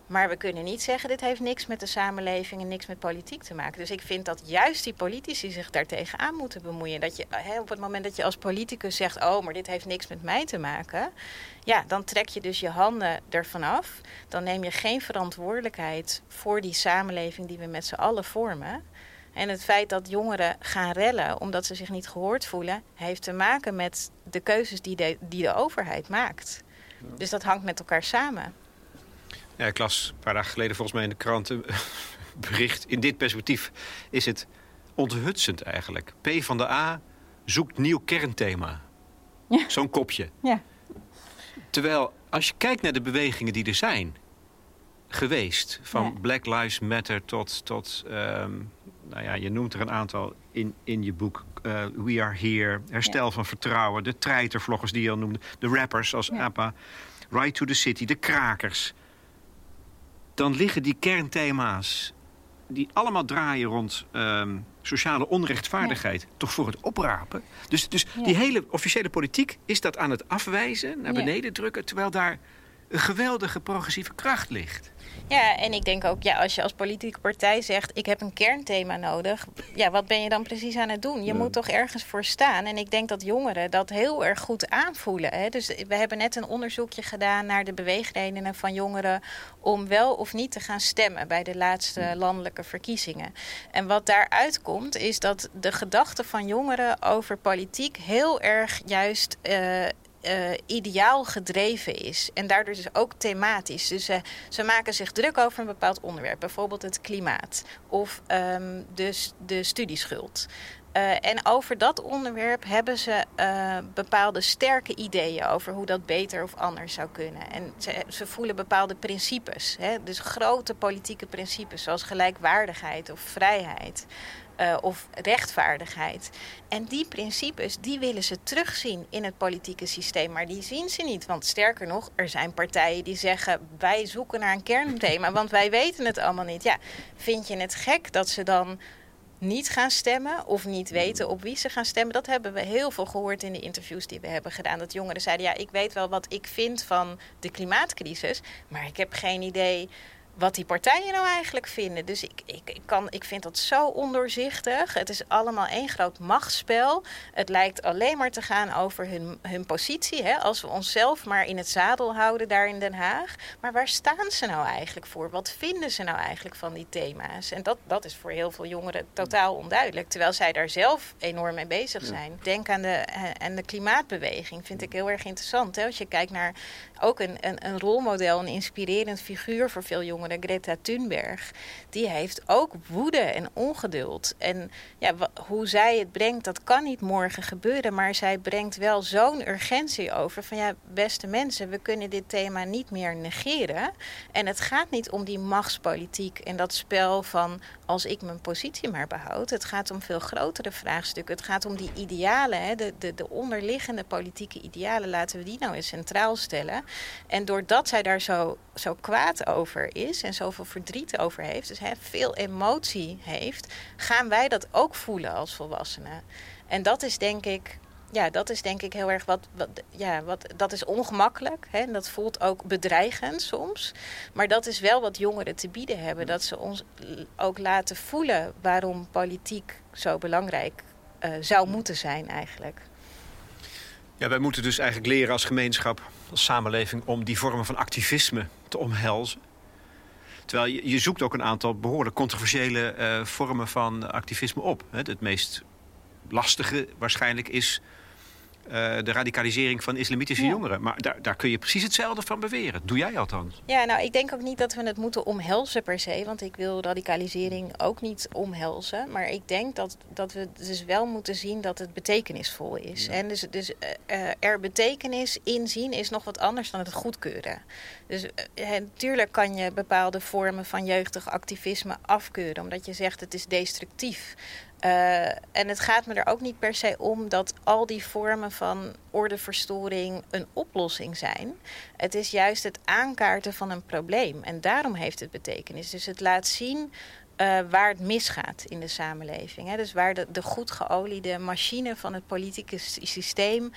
Maar we kunnen niet zeggen, dit heeft niks met de samenleving en niks met politiek te maken. Dus ik vind dat juist die politici zich daartegen aan moeten bemoeien. Dat je hè, op het moment dat je als politicus zegt, oh, maar dit heeft niks met mij te maken. Ja, dan trek je dus je handen ervan af. Dan neem je geen verantwoordelijkheid voor die samenleving die we met z'n allen vormen. En het feit dat jongeren gaan rellen omdat ze zich niet gehoord voelen, heeft te maken met de keuzes die de, die de overheid maakt. Ja. Dus dat hangt met elkaar samen. Ja, ik las een paar dagen geleden volgens mij in de krant een bericht. In dit perspectief is het onthutsend eigenlijk. P van de A zoekt nieuw kernthema. Ja. Zo'n kopje. Ja. Terwijl, als je kijkt naar de bewegingen die er zijn geweest, van ja. Black Lives Matter tot, tot um, nou ja, je noemt er een aantal in, in je boek. Uh, We Are Here, Herstel ja. van Vertrouwen, de treitervloggers die je al noemde, de rappers als ja. A P A, Ride to the City, de krakers. Dan liggen die kernthema's die allemaal draaien rond um, sociale onrechtvaardigheid, ja. toch voor het oprapen. Dus, dus ja. die hele officiële politiek is dat aan het afwijzen, naar beneden ja. drukken, terwijl daar een geweldige progressieve kracht ligt. Ja, en ik denk ook, ja, als je als politieke partij zegt, ik heb een kernthema nodig, ja, wat ben je dan precies aan het doen? Je ja. moet toch ergens voor staan. En ik denk dat jongeren dat heel erg goed aanvoelen. Hè? Dus we hebben net een onderzoekje gedaan naar de beweegredenen van jongeren om wel of niet te gaan stemmen bij de laatste landelijke verkiezingen. En wat daaruit komt, is dat de gedachte van jongeren over politiek heel erg juist Uh, Uh, ideaal gedreven is. En daardoor dus ook thematisch. Dus uh, ze maken zich druk over een bepaald onderwerp. Bijvoorbeeld het klimaat. Of um, de, de studieschuld. Uh, en over dat onderwerp hebben ze uh, bepaalde sterke ideeën over hoe dat beter of anders zou kunnen. En ze, ze voelen bepaalde principes. Hè? Dus grote politieke principes zoals gelijkwaardigheid of vrijheid. Uh, of rechtvaardigheid. En die principes, die willen ze terugzien in het politieke systeem. Maar die zien ze niet. Want sterker nog, er zijn partijen die zeggen, wij zoeken naar een kernthema, want wij weten het allemaal niet. Ja, vind je het gek dat ze dan niet gaan stemmen of niet weten op wie ze gaan stemmen? Dat hebben we heel veel gehoord in de interviews die we hebben gedaan. Dat jongeren zeiden, ja, ik weet wel wat ik vind van de klimaatcrisis, maar ik heb geen idee wat die partijen nou eigenlijk vinden. Dus ik, ik, ik, kan, ik vind dat zo ondoorzichtig. Het is allemaal één groot machtsspel. Het lijkt alleen maar te gaan over hun, hun positie. Hè? Als we onszelf maar in het zadel houden daar in Den Haag. Maar waar staan ze nou eigenlijk voor? Wat vinden ze nou eigenlijk van die thema's? En dat, dat is voor heel veel jongeren totaal onduidelijk. Terwijl zij daar zelf enorm mee bezig zijn. Ja. Denk aan de, aan de klimaatbeweging. Vind ik heel erg interessant. Hè? Als je kijkt naar ook een, een, een rolmodel, een inspirerend figuur voor veel jongeren, Greta Thunberg, die heeft ook woede en ongeduld. En ja, w- hoe zij het brengt, dat kan niet morgen gebeuren, maar zij brengt wel zo'n urgentie over van ja, beste mensen, we kunnen dit thema niet meer negeren. En het gaat niet om die machtspolitiek en dat spel van als ik mijn positie maar behoud. Het gaat om veel grotere vraagstukken. Het gaat om die idealen, hè, de, de, de onderliggende politieke idealen. Laten we die nou eens centraal stellen. En doordat zij daar zo, zo kwaad over is en zoveel verdriet over heeft, dus hè, veel emotie heeft, gaan wij dat ook voelen als volwassenen. En dat is denk ik, ja, dat is denk ik heel erg wat, wat ja, wat, dat is ongemakkelijk. Hè, en dat voelt ook bedreigend soms. Maar dat is wel wat jongeren te bieden hebben. Dat ze ons ook laten voelen waarom politiek zo belangrijk uh, zou moeten zijn eigenlijk. Ja, wij moeten dus eigenlijk leren als gemeenschap, als samenleving, om die vormen van activisme te omhelzen. Terwijl je, je zoekt ook een aantal behoorlijk controversiële uh, vormen van activisme op. Hè. Het meest lastige waarschijnlijk is uh, de radicalisering van islamitische ja. jongeren. Maar daar, daar kun je precies hetzelfde van beweren. Doe jij althans. Ja, nou, ik denk ook niet dat we het moeten omhelzen per se. Want ik wil radicalisering ook niet omhelzen. Maar ik denk dat, dat we dus wel moeten zien dat het betekenisvol is. Ja. En dus, dus uh, er betekenis in zien is nog wat anders dan het goedkeuren. Dus uh, natuurlijk kan je bepaalde vormen van jeugdig activisme afkeuren. Omdat je zegt het is destructief. Uh, en het gaat me er ook niet per se om dat al die vormen van ordeverstoring een oplossing zijn. Het is juist het aankaarten van een probleem. En daarom heeft het betekenis. Dus het laat zien uh, waar het misgaat in de samenleving. Hè? Dus waar de, de goed geoliede machine van het politieke systeem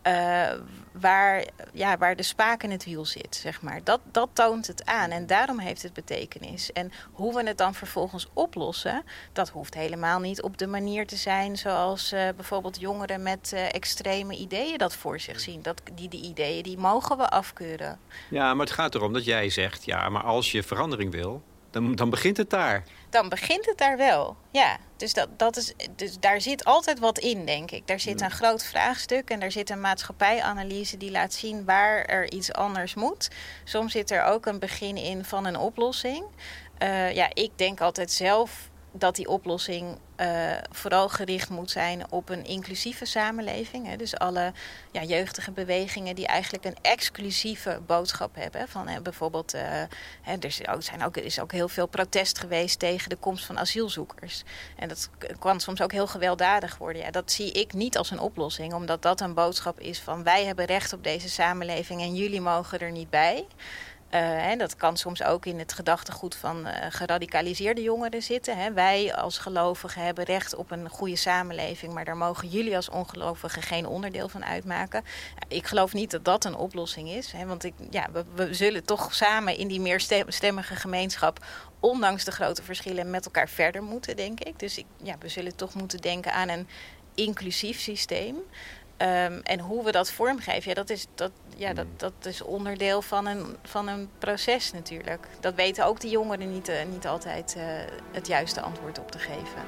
Uh, waar, ja, waar de spaak in het wiel zit, zeg maar. Dat, dat toont het aan en daarom heeft het betekenis. En hoe we het dan vervolgens oplossen, dat hoeft helemaal niet op de manier te zijn zoals uh, bijvoorbeeld jongeren met uh, extreme ideeën dat voor zich zien. Dat, die, die ideeën die mogen we afkeuren. Ja, maar het gaat erom dat jij zegt, ja, maar als je verandering wil, dan, dan begint het daar. Dan begint het daar wel, ja. Dus, dat, dat is, dus daar zit altijd wat in, denk ik. Daar zit een groot vraagstuk en daar zit een maatschappijanalyse die laat zien waar er iets anders moet. Soms zit er ook een begin in van een oplossing. Uh, ja, ik denk altijd zelf dat die oplossing uh, vooral gericht moet zijn op een inclusieve samenleving. Hè. Dus alle ja, jeugdige bewegingen die eigenlijk een exclusieve boodschap hebben. Van, hè, bijvoorbeeld, uh, hè, er, ook, zijn ook, er is ook heel veel protest geweest tegen de komst van asielzoekers. En dat kan soms ook heel gewelddadig worden. Ja, dat zie ik niet als een oplossing, omdat dat een boodschap is van wij hebben recht op deze samenleving en jullie mogen er niet bij. Uh, en dat kan soms ook in het gedachtegoed van uh, geradicaliseerde jongeren zitten. Hè. Wij als gelovigen hebben recht op een goede samenleving, maar daar mogen jullie als ongelovigen geen onderdeel van uitmaken. Ik geloof niet dat dat een oplossing is. Hè, want ik, ja, we, we zullen toch samen in die meerstemmige gemeenschap, ondanks de grote verschillen, met elkaar verder moeten, denk ik. Dus ik, ja, we zullen toch moeten denken aan een inclusief systeem. Um, en hoe we dat vormgeven, ja, dat is, dat, ja, dat, dat is onderdeel van een, van een proces natuurlijk. Dat weten ook die jongeren niet, uh, niet altijd uh, het juiste antwoord op te geven.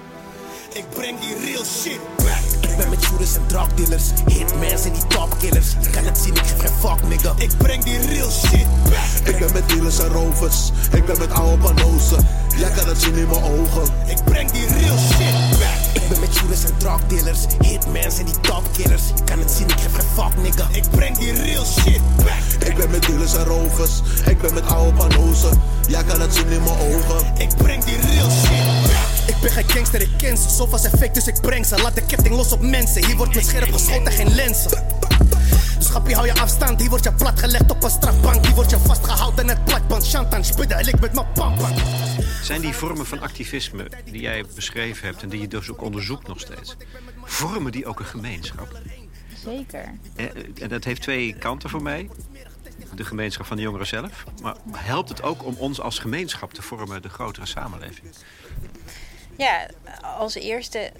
Ik breng die real shit back. Ik ben met shooters en drugdealers, hitmans en die topkillers. Je kan het zien, ik geef geen fuck, nigga. Ik breng die real shit back. Ik ben met dealers en rovers, ik ben met oude panozen. Jij kan het zien in mijn ogen. Ik breng die real shit back. Ik ben met shooters en drugdealers, hitmans en die topkillers. Je kan het zien, ik geef geen fuck, nigga. Ik breng die real shit back. Ik ben met dealers en rovers, ik ben met oude panozen. Jij kan het zien in mijn ogen. Ik breng die real shit back. Ik ben geen gangster, ik ken ze. Sofas en fake, dus ik breng ze. Laat de ketting los op mensen. Hier wordt met scherp geschoten, geen lenzen. Dus grappie, hou je afstand. Hier wordt je platgelegd op een strafbank. Hier wordt je vastgehouden in het plakband. Chantan, spudden, ik met mijn pampa. Zijn die vormen van activisme die jij beschreven hebt en die je dus ook onderzoekt nog steeds, vormen die ook een gemeenschap? Zeker. En dat heeft twee kanten voor mij. De gemeenschap van de jongeren zelf. Maar helpt het ook om ons als gemeenschap te vormen, de grotere samenleving? Ja, als eerste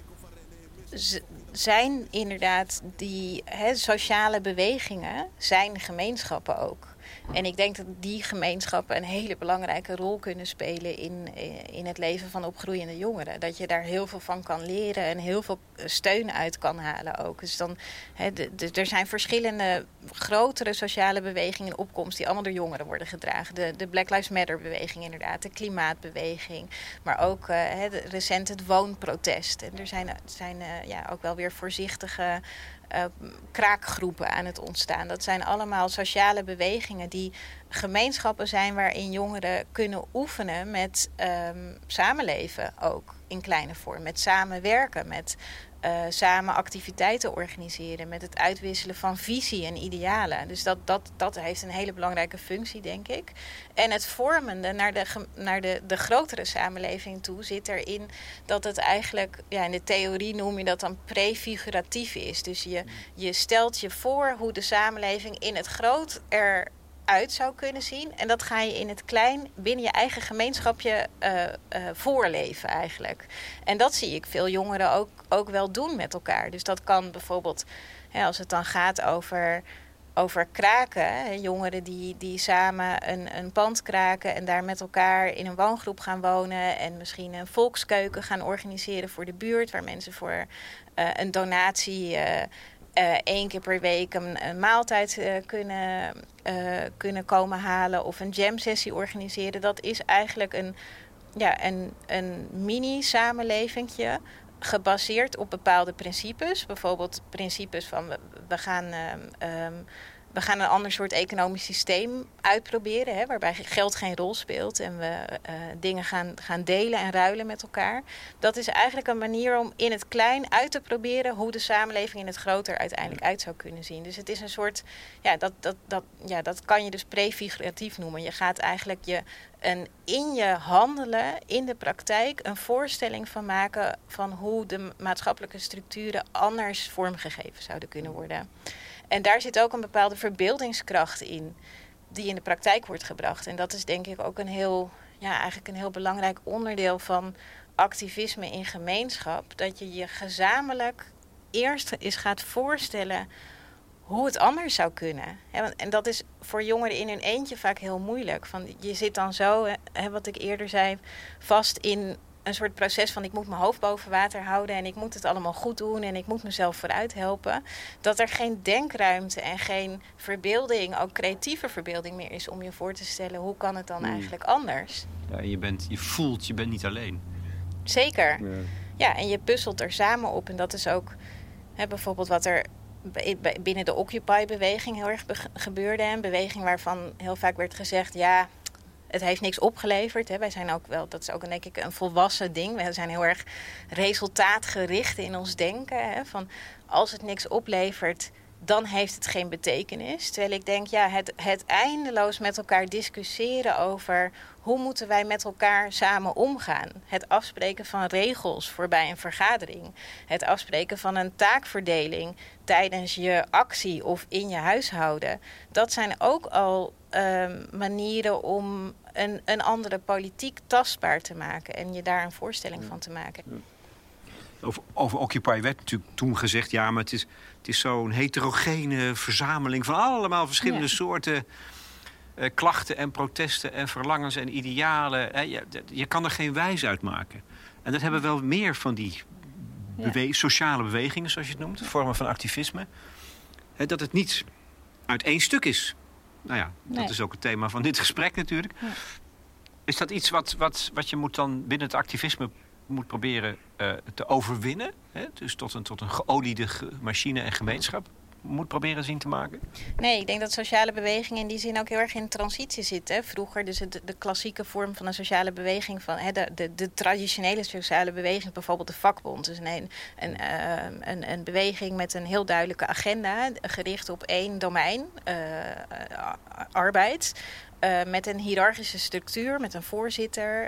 z- zijn inderdaad die he, sociale bewegingen zijn gemeenschappen ook. En ik denk dat die gemeenschappen een hele belangrijke rol kunnen spelen in, in het leven van opgroeiende jongeren. Dat je daar heel veel van kan leren en heel veel steun uit kan halen ook. Dus dan, he, de, de, er zijn verschillende grotere sociale bewegingen in opkomst die allemaal door jongeren worden gedragen. De, de Black Lives Matter beweging inderdaad, de klimaatbeweging. Maar ook uh, he, de, recent het woonprotest. En er zijn, zijn uh, ja, ook wel weer voorzichtige Uh, kraakgroepen aan het ontstaan. Dat zijn allemaal sociale bewegingen die gemeenschappen zijn waarin jongeren kunnen oefenen met um, samenleven ook in kleine vorm. Met samenwerken, met uh, samen activiteiten organiseren, met het uitwisselen van visie en idealen. Dus dat, dat, dat heeft een hele belangrijke functie, denk ik. En het vormende naar de, naar de, de grotere samenleving toe zit erin dat het eigenlijk, ja, in de theorie noem je dat dan prefiguratief is. Dus je, je stelt je voor hoe de samenleving in het groot er uit zou kunnen zien. En dat ga je in het klein binnen je eigen gemeenschapje uh, uh, voorleven eigenlijk. En dat zie ik veel jongeren ook, ook wel doen met elkaar. Dus dat kan bijvoorbeeld, hè, als het dan gaat over, over kraken. Hè, jongeren die, die samen een, een pand kraken en daar met elkaar in een woongroep gaan wonen. En misschien een volkskeuken gaan organiseren voor de buurt. Waar mensen voor uh, een donatie Uh, Uh, één keer per week een, een maaltijd uh, kunnen, uh, kunnen komen halen of een jam sessie organiseren. Dat is eigenlijk een, ja, een, een mini-samenlevingje gebaseerd op bepaalde principes. Bijvoorbeeld principes van we, we gaan Uh, um, We gaan een ander soort economisch systeem uitproberen, hè, waarbij geld geen rol speelt en we uh, dingen gaan, gaan delen en ruilen met elkaar. Dat is eigenlijk een manier om in het klein uit te proberen hoe de samenleving in het groter uiteindelijk uit zou kunnen zien. Dus het is een soort, ja, dat, dat, dat, ja, dat kan je dus prefiguratief noemen. Je gaat eigenlijk je een, in je handelen, in de praktijk, een voorstelling van maken van hoe de maatschappelijke structuren anders vormgegeven zouden kunnen worden. En daar zit ook een bepaalde verbeeldingskracht in, die in de praktijk wordt gebracht. En dat is denk ik ook een heel, ja, eigenlijk een heel belangrijk onderdeel van activisme in gemeenschap. Dat je je gezamenlijk eerst eens gaat voorstellen hoe het anders zou kunnen. En dat is voor jongeren in hun eentje vaak heel moeilijk. Van, je zit dan zo, wat ik eerder zei, vast in een soort proces van ik moet mijn hoofd boven water houden en ik moet het allemaal goed doen en ik moet mezelf vooruit helpen. Dat er geen denkruimte en geen verbeelding, ook creatieve verbeelding meer is om je voor te stellen hoe kan het dan eigenlijk anders. Ja, je, bent, je voelt, je bent niet alleen. Zeker. Ja, ja, en je puzzelt er samen op. En dat is ook hè, bijvoorbeeld wat er binnen de Occupy-beweging heel erg be- gebeurde. Een beweging waarvan heel vaak werd gezegd, ja, het heeft niks opgeleverd. Hè. Wij zijn ook wel, dat is ook denk ik een volwassen ding. We zijn heel erg resultaatgericht in ons denken. Hè. Van als het niks oplevert, dan heeft het geen betekenis. Terwijl ik denk, ja, het, het eindeloos met elkaar discussiëren over hoe moeten wij met elkaar samen omgaan. Het afspreken van regels voorbij een vergadering. Het afspreken van een taakverdeling tijdens je actie of in je huishouden. Dat zijn ook al um, manieren om een, een andere politiek tastbaar te maken. En je daar een voorstelling van te maken. Over, over Occupy werd natuurlijk toen gezegd, ja, maar het is, het is zo'n heterogene verzameling van allemaal verschillende ja. soorten uh, klachten en protesten en verlangens en idealen. Uh, je, je kan er geen wijs uit maken. En dat hebben wel meer van die bewe- ja. sociale bewegingen, zoals je het noemt, vormen van activisme. Uh, dat het niet uit één stuk is. Nou ja, dat nee. is ook het thema van dit gesprek natuurlijk. Ja. Is dat iets wat, wat, wat je moet dan binnen het activisme moet proberen uh, te overwinnen? Hè? Dus tot een, tot een geoliede machine en gemeenschap moet proberen zien te maken? Nee, ik denk dat sociale bewegingen in die zin ook heel erg in transitie zitten. Vroeger dus de, de klassieke vorm van een sociale beweging, van hè, de, de, de traditionele sociale beweging, bijvoorbeeld de vakbond. Dus een, een, uh, een, een beweging met een heel duidelijke agenda, gericht op één domein, uh, uh, arbeid. Uh, met een hiërarchische structuur, met een voorzitter.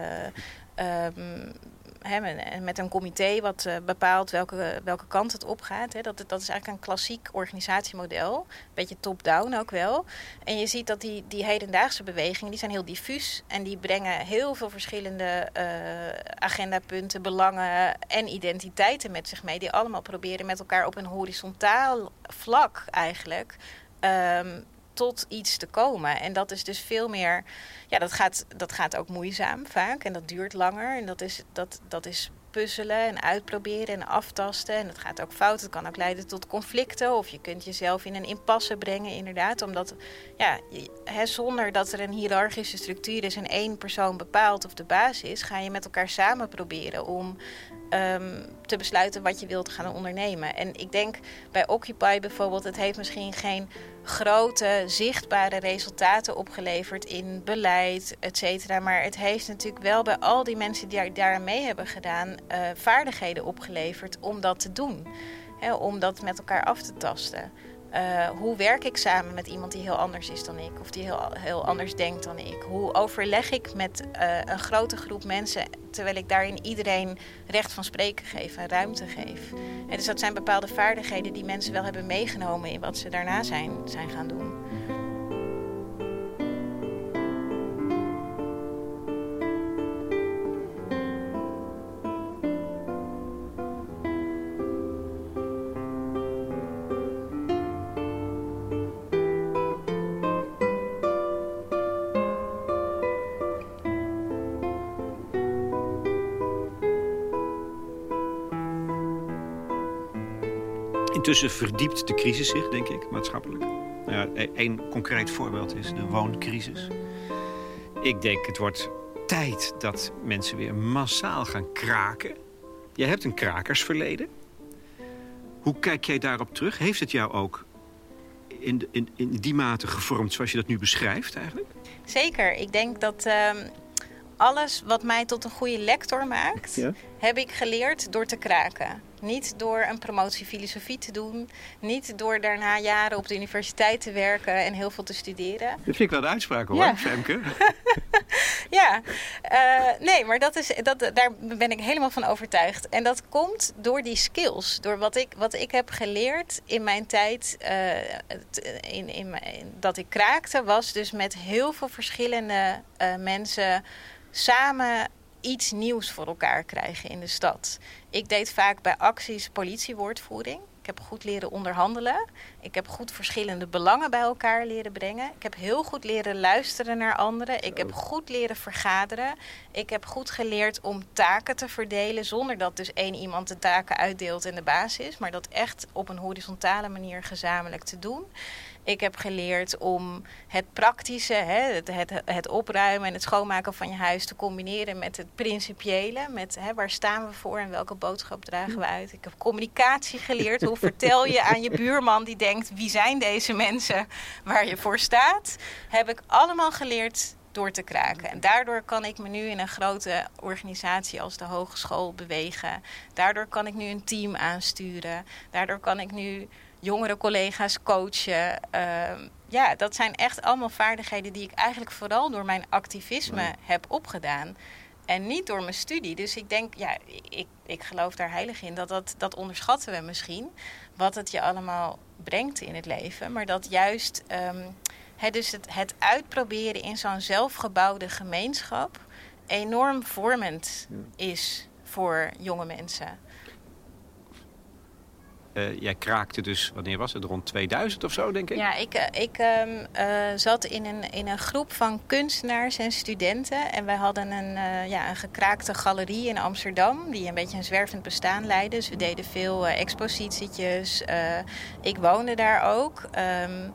Uh, um, He, met een comité wat uh, bepaalt welke, welke kant het opgaat. He, dat, dat is eigenlijk een klassiek organisatiemodel. Een beetje top-down ook wel. En je ziet dat die, die hedendaagse bewegingen, die zijn heel diffuus. En die brengen heel veel verschillende uh, agendapunten, belangen en identiteiten met zich mee. Die allemaal proberen met elkaar op een horizontaal vlak eigenlijk Um, tot iets te komen. En dat is dus veel meer. Ja, dat gaat, dat gaat ook moeizaam vaak. En dat duurt langer. En dat is, dat, dat is puzzelen en uitproberen en aftasten. En dat gaat ook fout. Het kan ook leiden tot conflicten. Of je kunt jezelf in een impasse brengen, inderdaad. Omdat, ja, he, zonder dat er een hiërarchische structuur is en één persoon bepaalt of de baas is, ga je met elkaar samen proberen om Um, te besluiten wat je wilt gaan ondernemen. En ik denk bij Occupy bijvoorbeeld, het heeft misschien geen grote, zichtbare resultaten opgeleverd in beleid, et cetera. Maar het heeft natuurlijk wel bij al die mensen die daar mee hebben gedaan, uh, vaardigheden opgeleverd om dat te doen. He, om dat met elkaar af te tasten. Uh, hoe werk ik samen met iemand die heel anders is dan ik? Of die heel, heel anders denkt dan ik? Hoe overleg ik met uh, een grote groep mensen, terwijl ik daarin iedereen recht van spreken geef en ruimte geef? En dus dat zijn bepaalde vaardigheden die mensen wel hebben meegenomen in wat ze daarna zijn, zijn gaan doen. Intussen verdiept de crisis zich, denk ik, maatschappelijk. Nou ja, één concreet voorbeeld is de wooncrisis. Ik denk, het wordt tijd dat mensen weer massaal gaan kraken. Jij hebt een krakersverleden. Hoe kijk jij daarop terug? Heeft het jou ook in, de, in, in die mate gevormd zoals je dat nu beschrijft eigenlijk? Zeker. Ik denk dat Um... alles wat mij tot een goede lector maakt, ja. heb ik geleerd door te kraken. Niet door een promotie filosofie te doen. Niet door daarna jaren op de universiteit te werken en heel veel te studeren. Dat vind ik wel de uitspraak hoor, ja. Femke. Ja, uh, nee, maar dat is, dat, daar ben ik helemaal van overtuigd. En dat komt door die skills. Door wat ik, wat ik heb geleerd in mijn tijd uh, in, in, in, dat ik kraakte, was dus met heel veel verschillende uh, mensen samen iets nieuws voor elkaar krijgen in de stad. Ik deed vaak bij acties politiewoordvoering. Ik heb goed leren onderhandelen. Ik heb goed verschillende belangen bij elkaar leren brengen. Ik heb heel goed leren luisteren naar anderen. Ik heb goed leren vergaderen. Ik heb goed geleerd om taken te verdelen zonder dat dus één iemand de taken uitdeelt en de baas is. Maar dat echt op een horizontale manier gezamenlijk te doen. Ik heb geleerd om het praktische, hè, het, het, het opruimen en het schoonmaken van je huis te combineren met het principiële. Met hè, waar staan we voor en welke boodschap dragen we uit. Ik heb communicatie geleerd. Hoe vertel je aan je buurman die denkt, wie zijn deze mensen waar je voor staat? Heb ik allemaal geleerd door te kraken. En daardoor kan ik me nu in een grote organisatie als de hogeschool bewegen. Daardoor kan ik nu een team aansturen. Daardoor kan ik nu jongere collega's coachen. Uh, ja, dat zijn echt allemaal vaardigheden die ik eigenlijk vooral door mijn activisme ja. heb opgedaan. En niet door mijn studie. Dus ik denk, ja, ik, ik geloof daar heilig in. Dat, dat, dat onderschatten we misschien. Wat het je allemaal brengt in het leven. Maar dat juist um, he, dus het, het uitproberen in zo'n zelfgebouwde gemeenschap enorm vormend ja. is voor jonge mensen. Uh, jij kraakte dus, wanneer was het? Rond tweeduizend of zo, denk ik? Ja, ik, ik um, uh, zat in een, in een groep van kunstenaars en studenten. En wij hadden een, uh, ja, een gekraakte galerie in Amsterdam, die een beetje een zwervend bestaan leidde. Dus we deden veel uh, expositietjes. Uh, ik woonde daar ook. Um,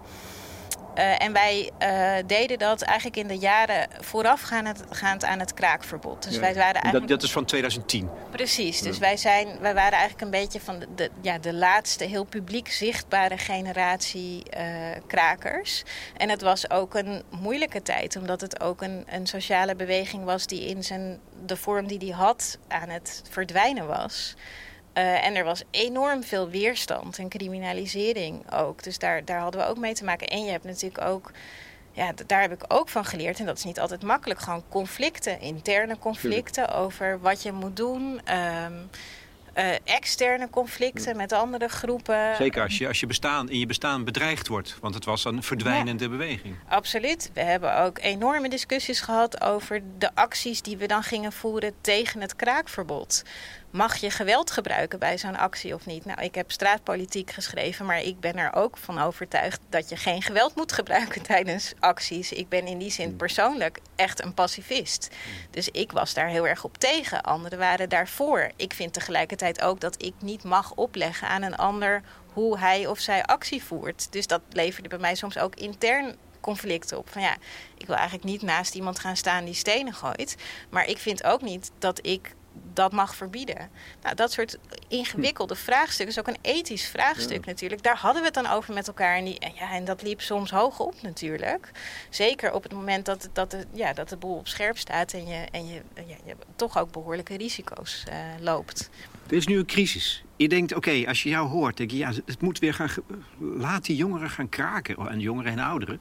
Uh, en wij uh, deden dat eigenlijk in de jaren voorafgaand aan het kraakverbod. Dus ja, wij waren eigenlijk... dat, dat is van tweeduizend tien? Precies. Dus ja. wij, zijn, wij waren eigenlijk een beetje van de, de, ja, de laatste heel publiek zichtbare generatie uh, krakers. En het was ook een moeilijke tijd, omdat het ook een, een sociale beweging was die in zijn, de vorm die die had aan het verdwijnen was. Uh, en er was enorm veel weerstand en criminalisering ook. Dus daar, daar hadden we ook mee te maken. En je hebt natuurlijk ook, ja, daar heb ik ook van geleerd. En dat is niet altijd makkelijk. Gewoon conflicten, interne conflicten Tuurlijk. over wat je moet doen. Um, uh, externe conflicten ja. met andere groepen. Zeker als je, als je bestaan, in je bestaan bedreigd wordt. Want het was een verdwijnende ja. beweging. Absoluut. We hebben ook enorme discussies gehad over de acties die we dan gingen voeren tegen het kraakverbod. Mag je geweld gebruiken bij zo'n actie of niet? Nou, ik heb straatpolitiek geschreven, maar ik ben er ook van overtuigd dat je geen geweld moet gebruiken tijdens acties. Ik ben in die zin persoonlijk echt een pacifist. Dus ik was daar heel erg op tegen. Anderen waren daarvoor. Ik vind tegelijkertijd ook dat ik niet mag opleggen aan een ander hoe hij of zij actie voert. Dus dat leverde bij mij soms ook intern conflicten op. Van ja, ik wil eigenlijk niet naast iemand gaan staan die stenen gooit. Maar ik vind ook niet dat ik dat mag verbieden. Nou, dat soort ingewikkelde vraagstukken is ook een ethisch vraagstuk ja. natuurlijk. Daar hadden we het dan over met elkaar. En, die, ja, en dat liep soms hoog op natuurlijk. Zeker op het moment dat, dat, de, ja, dat de boel op scherp staat en je, en je, ja, je toch ook behoorlijke risico's uh, loopt. Er is nu een crisis. Je denkt, oké, okay, als je jou hoort, denk je, ja, het moet weer gaan. Laat die jongeren gaan kraken. En jongeren en ouderen.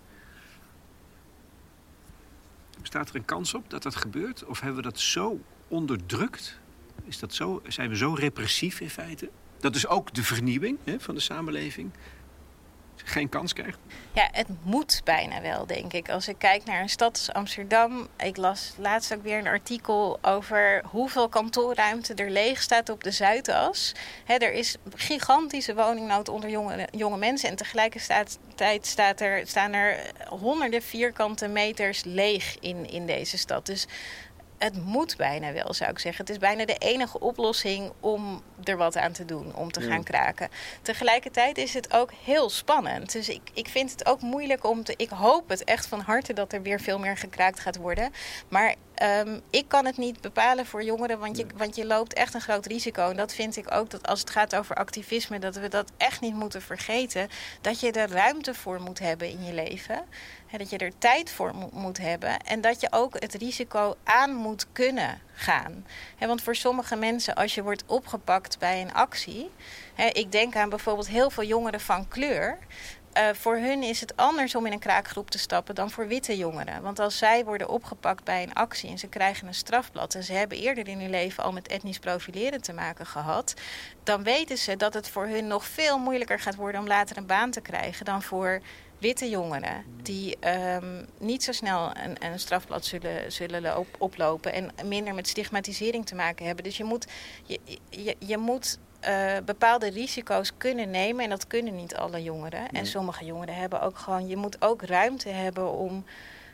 Bestaat er een kans op dat dat gebeurt? Of hebben we dat zo onderdrukt? Is dat zo? Zijn we zo repressief in feite? Dat is ook de vernieuwing hè, van de samenleving geen kans krijgt? Ja, het moet bijna wel, denk ik. Als ik kijk naar een stad als Amsterdam. Ik las laatst ook weer een artikel over hoeveel kantoorruimte er leeg staat op de Zuidas. He, er is gigantische woningnood onder jonge, jonge mensen. En tegelijkertijd staat er, staan er honderden vierkante meters leeg in, in deze stad. Dus het moet bijna wel, zou ik zeggen. Het is bijna de enige oplossing om er wat aan te doen, om te ja. gaan kraken. Tegelijkertijd is het ook heel spannend. Dus ik, ik vind het ook moeilijk om te... Ik hoop het echt van harte dat er weer veel meer gekraakt gaat worden. Maar um, ik kan het niet bepalen voor jongeren, want je, want je loopt echt een groot risico. En dat vind ik ook, dat als het gaat over activisme, dat we dat echt niet moeten vergeten. Dat je er ruimte voor moet hebben in je leven. He, dat je er tijd voor mo- moet hebben. En dat je ook het risico aan moet kunnen gaan. He, want voor sommige mensen, als je wordt opgepakt bij een actie. He, ik denk aan bijvoorbeeld heel veel jongeren van kleur. Uh, voor hun is het anders om in een kraakgroep te stappen dan voor witte jongeren. Want als zij worden opgepakt bij een actie en ze krijgen een strafblad... en ze hebben eerder in hun leven al met etnisch profileren te maken gehad... dan weten ze dat het voor hun nog veel moeilijker gaat worden om later een baan te krijgen... dan voor witte jongeren die um, niet zo snel een, een strafblad zullen, zullen loop, oplopen... en minder met stigmatisering te maken hebben. Dus je moet... Je, je, je moet Uh, bepaalde risico's kunnen nemen. En dat kunnen niet alle jongeren. Nee. En sommige jongeren hebben ook gewoon... Je moet ook ruimte hebben om...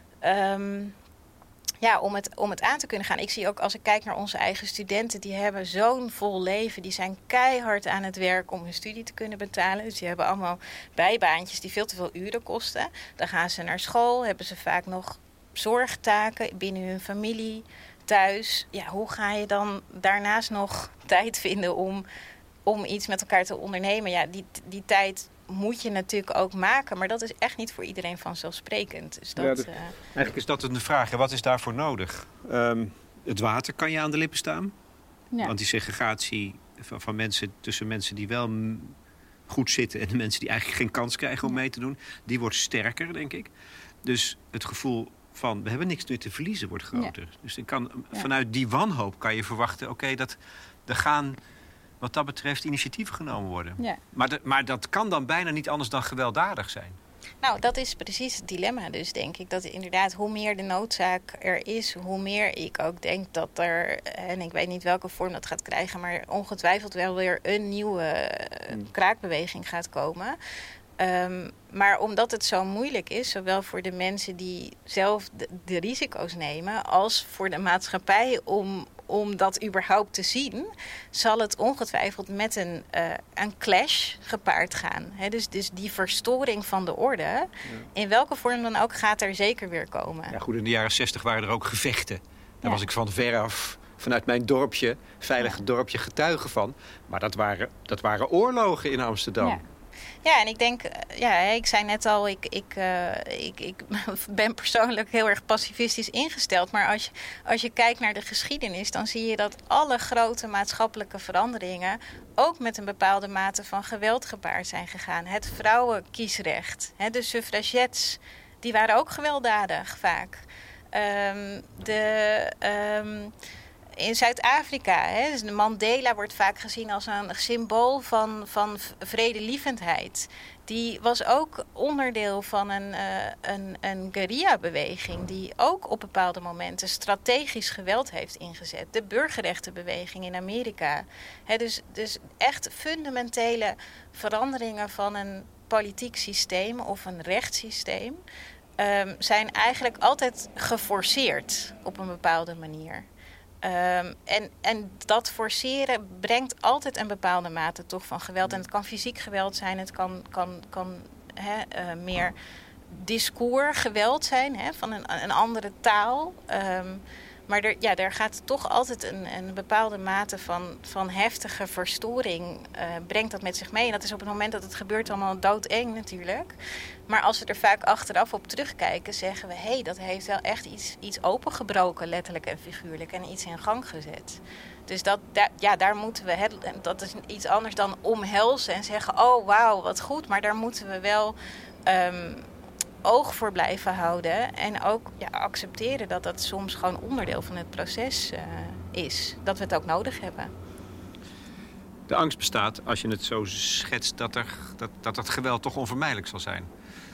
Um, ja, om het, om het aan te kunnen gaan. Ik zie ook als ik kijk naar onze eigen studenten... die hebben zo'n vol leven. Die zijn keihard aan het werk om hun studie te kunnen betalen. Dus die hebben allemaal bijbaantjes die veel te veel uren kosten. Dan gaan ze naar school. Hebben ze vaak nog zorgtaken binnen hun familie... thuis. Ja, hoe ga je dan daarnaast nog tijd vinden om... om iets met elkaar te ondernemen? Ja, die, die tijd moet je natuurlijk ook maken. Maar dat is echt niet voor iedereen vanzelfsprekend. Dus dat, ja, de, uh... Eigenlijk is dat een vraag. Wat is daarvoor nodig? Um, het water kan je aan de lippen staan. Ja. Want die segregatie van, van mensen tussen mensen die wel m- goed zitten... en de mensen die eigenlijk geen kans krijgen om mee te doen... die wordt sterker, denk ik. Dus het gevoel van we hebben niks meer te verliezen wordt groter. Ja. Dus ik kan, ja. vanuit die wanhoop kan je verwachten... oké, okay, dat er gaan... wat dat betreft initiatieven genomen worden. Ja. Maar, de, maar dat kan dan bijna niet anders dan gewelddadig zijn. Nou, dat is precies het dilemma dus, denk ik. Dat inderdaad, hoe meer de noodzaak er is... hoe meer ik ook denk dat er... en ik weet niet welke vorm dat gaat krijgen... maar ongetwijfeld wel weer een nieuwe hmm. kraakbeweging gaat komen... Um, maar omdat het zo moeilijk is, zowel voor de mensen die zelf de, de risico's nemen... als voor de maatschappij om, om dat überhaupt te zien... zal het ongetwijfeld met een, uh, een clash gepaard gaan. He, dus, dus die verstoring van de orde, ja. in welke vorm dan ook, gaat er zeker weer komen. Ja, goed, in de jaren zestig waren er ook gevechten. Daar ja. was ik van veraf, vanuit mijn dorpje, veilige ja. dorpje, getuige van. Maar dat waren, dat waren oorlogen in Amsterdam. Ja. Ja, en ik denk, ja, ik zei net al, ik, ik, uh, ik, ik ben persoonlijk heel erg pacifistisch ingesteld. Maar als je, als je kijkt naar de geschiedenis, dan zie je dat alle grote maatschappelijke veranderingen ook met een bepaalde mate van geweld gepaard zijn gegaan. Het vrouwenkiesrecht, hè, de suffragettes, die waren ook gewelddadig vaak. Um, de... Um, In Zuid-Afrika, hè, dus de Mandela wordt vaak gezien als een symbool van, van vredelievendheid. Die was ook onderdeel van een, uh, een, een guerrilla-beweging... die ook op bepaalde momenten strategisch geweld heeft ingezet. De burgerrechtenbeweging in Amerika. Hè, dus, dus echt fundamentele veranderingen van een politiek systeem of een rechtssysteem... Um, zijn eigenlijk altijd geforceerd op een bepaalde manier. Um, en, en dat forceren brengt altijd een bepaalde mate toch van geweld. En het kan fysiek geweld zijn, het kan, kan, kan hè, uh, meer discours geweld zijn, hè, van een, een andere taal. Um, maar er, ja, er gaat toch altijd een, een bepaalde mate van, van heftige verstoring, uh, brengt dat met zich mee. En dat is op het moment dat het gebeurt allemaal doodeng natuurlijk. Maar als we er vaak achteraf op terugkijken, zeggen we... hé, hey, dat heeft wel echt iets, iets opengebroken, letterlijk en figuurlijk... en iets in gang gezet. Dus dat, da, ja, daar moeten we... Het, dat is iets anders dan omhelzen en zeggen... oh, wauw, wat goed. Maar daar moeten we wel um, oog voor blijven houden. En ook ja, accepteren dat dat soms gewoon onderdeel van het proces uh, is. Dat we het ook nodig hebben. De angst bestaat, als je het zo schetst... dat er, dat, dat het geweld toch onvermijdelijk zal zijn.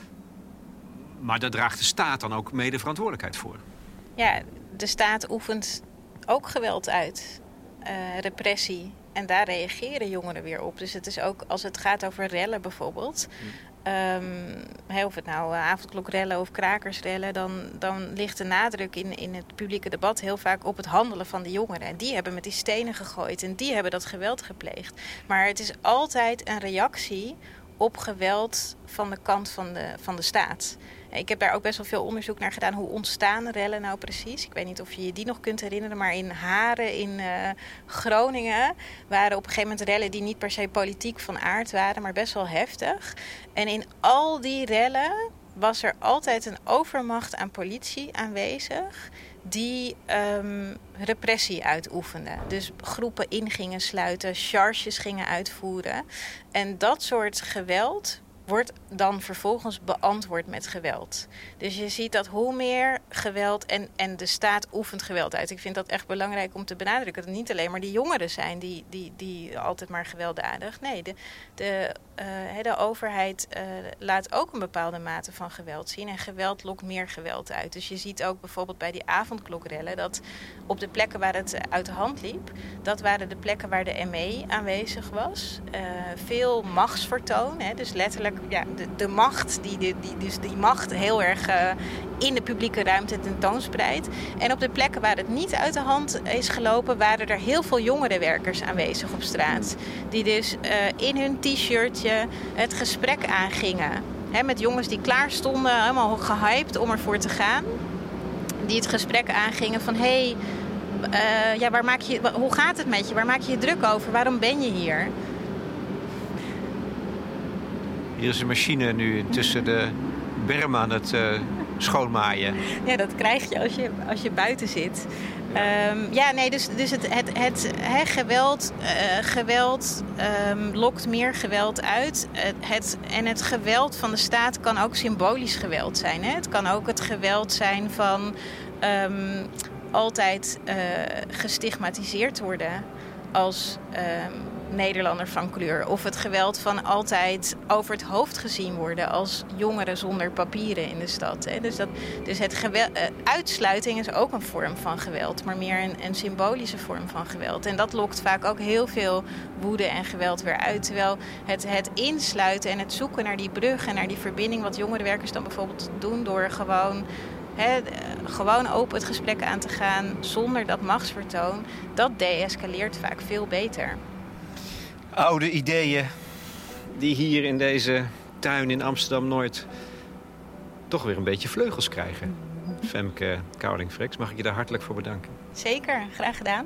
Maar daar draagt de staat dan ook mede verantwoordelijkheid voor. Ja, de staat oefent ook geweld uit. Uh, repressie. En daar reageren jongeren weer op. Dus het is ook, als het gaat over rellen bijvoorbeeld... Um, he, of het nou uh, avondklokrellen of krakersrellen... Dan, dan ligt de nadruk in, in het publieke debat heel vaak op het handelen van de jongeren. En die hebben met die stenen gegooid en die hebben dat geweld gepleegd. Maar het is altijd een reactie op geweld van de kant van de, van de staat. Ik heb daar ook best wel veel onderzoek naar gedaan. Hoe ontstaan rellen nou precies? Ik weet niet of je je die nog kunt herinneren. Maar in Haren, in uh, Groningen... waren op een gegeven moment rellen die niet per se politiek van aard waren... maar best wel heftig. En in al die rellen was er altijd een overmacht aan politie aanwezig... die um, repressie uitoefende. Dus groepen in gingen sluiten, charges gingen uitvoeren. En dat soort geweld wordt dan vervolgens beantwoord met geweld. Dus je ziet dat hoe meer geweld en, en de staat oefent geweld uit. Ik vind dat echt belangrijk om te benadrukken. Dat het niet alleen maar die jongeren zijn die, die, die altijd maar gewelddadig. Nee, de, de, uh, de overheid uh, laat ook een bepaalde mate van geweld zien. En geweld lokt meer geweld uit. Dus je ziet ook bijvoorbeeld bij die avondklokrellen dat op de plekken waar het uit de hand liep, dat waren de plekken waar de M E aanwezig was. Uh, veel machtsvertoon, hè, dus letterlijk ja, de, de macht, die, die, die, dus die macht heel erg uh, in de publieke ruimte tentoonspreidt. En op de plekken waar het niet uit de hand is gelopen, waren er heel veel jongerenwerkers aanwezig op straat. Die dus uh, in hun t-shirtje het gesprek aangingen. Hè, met jongens die klaar stonden, helemaal gehyped om ervoor te gaan. Die het gesprek aangingen van, hé, hey, uh, ja, waar maak je, hoe gaat het met je? Waar maak je je druk over? Waarom ben je hier? Hier is een machine nu tussen de berm aan het uh, schoonmaaien. Ja, dat krijg je als je, als je buiten zit. Ja, um, ja nee, dus, dus het, het, het he, geweld, uh, geweld um, lokt meer geweld uit. Het, het, en het geweld van de staat kan ook symbolisch geweld zijn. Hè? Het kan ook het geweld zijn van um, altijd uh, gestigmatiseerd worden als um, Nederlander van kleur. Of het geweld van altijd over het hoofd gezien worden als jongeren zonder papieren in de stad. Hè. Dus, dat, dus het geweld, uh, uitsluiting is ook een vorm van geweld, maar meer een, een symbolische vorm van geweld. En dat lokt vaak ook heel veel woede en geweld weer uit. Terwijl het, het insluiten en het zoeken naar die brug en naar die verbinding, wat jongerenwerkers dan bijvoorbeeld doen door gewoon He, gewoon open het gesprek aan te gaan zonder dat machtsvertoon, dat deescaleert vaak veel beter. Oude ideeën die hier in deze tuin in Amsterdam-Noord toch weer een beetje vleugels krijgen. Femke Cowling-Frex, mag ik je daar hartelijk voor bedanken. Zeker, graag gedaan.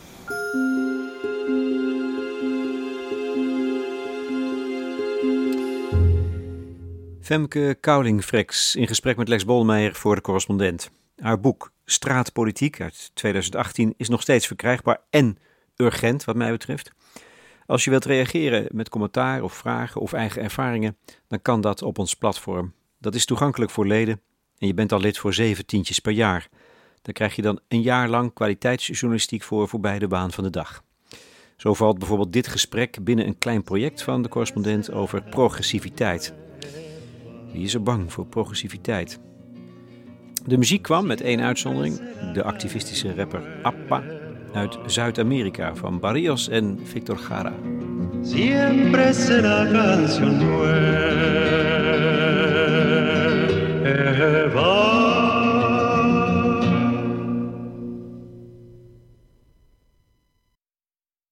Femke Cowling-Frex in gesprek met Lex Bolmeijer voor De Correspondent. Haar boek Straatpolitiek uit tweeduizend achttien is nog steeds verkrijgbaar en urgent wat mij betreft. Als je wilt reageren met commentaar of vragen of eigen ervaringen, dan kan dat op ons platform. Dat is toegankelijk voor leden en je bent al lid voor zeven tientjes per jaar. Daar krijg je dan een jaar lang kwaliteitsjournalistiek voor voorbij de baan van de dag. Zo valt bijvoorbeeld dit gesprek binnen een klein project van De Correspondent over progressiviteit. Wie is er bang voor progressiviteit? De muziek kwam met één uitzondering, de activistische rapper Appa uit Zuid-Amerika van Barrios en Victor Jara. Siempre será canción nueva.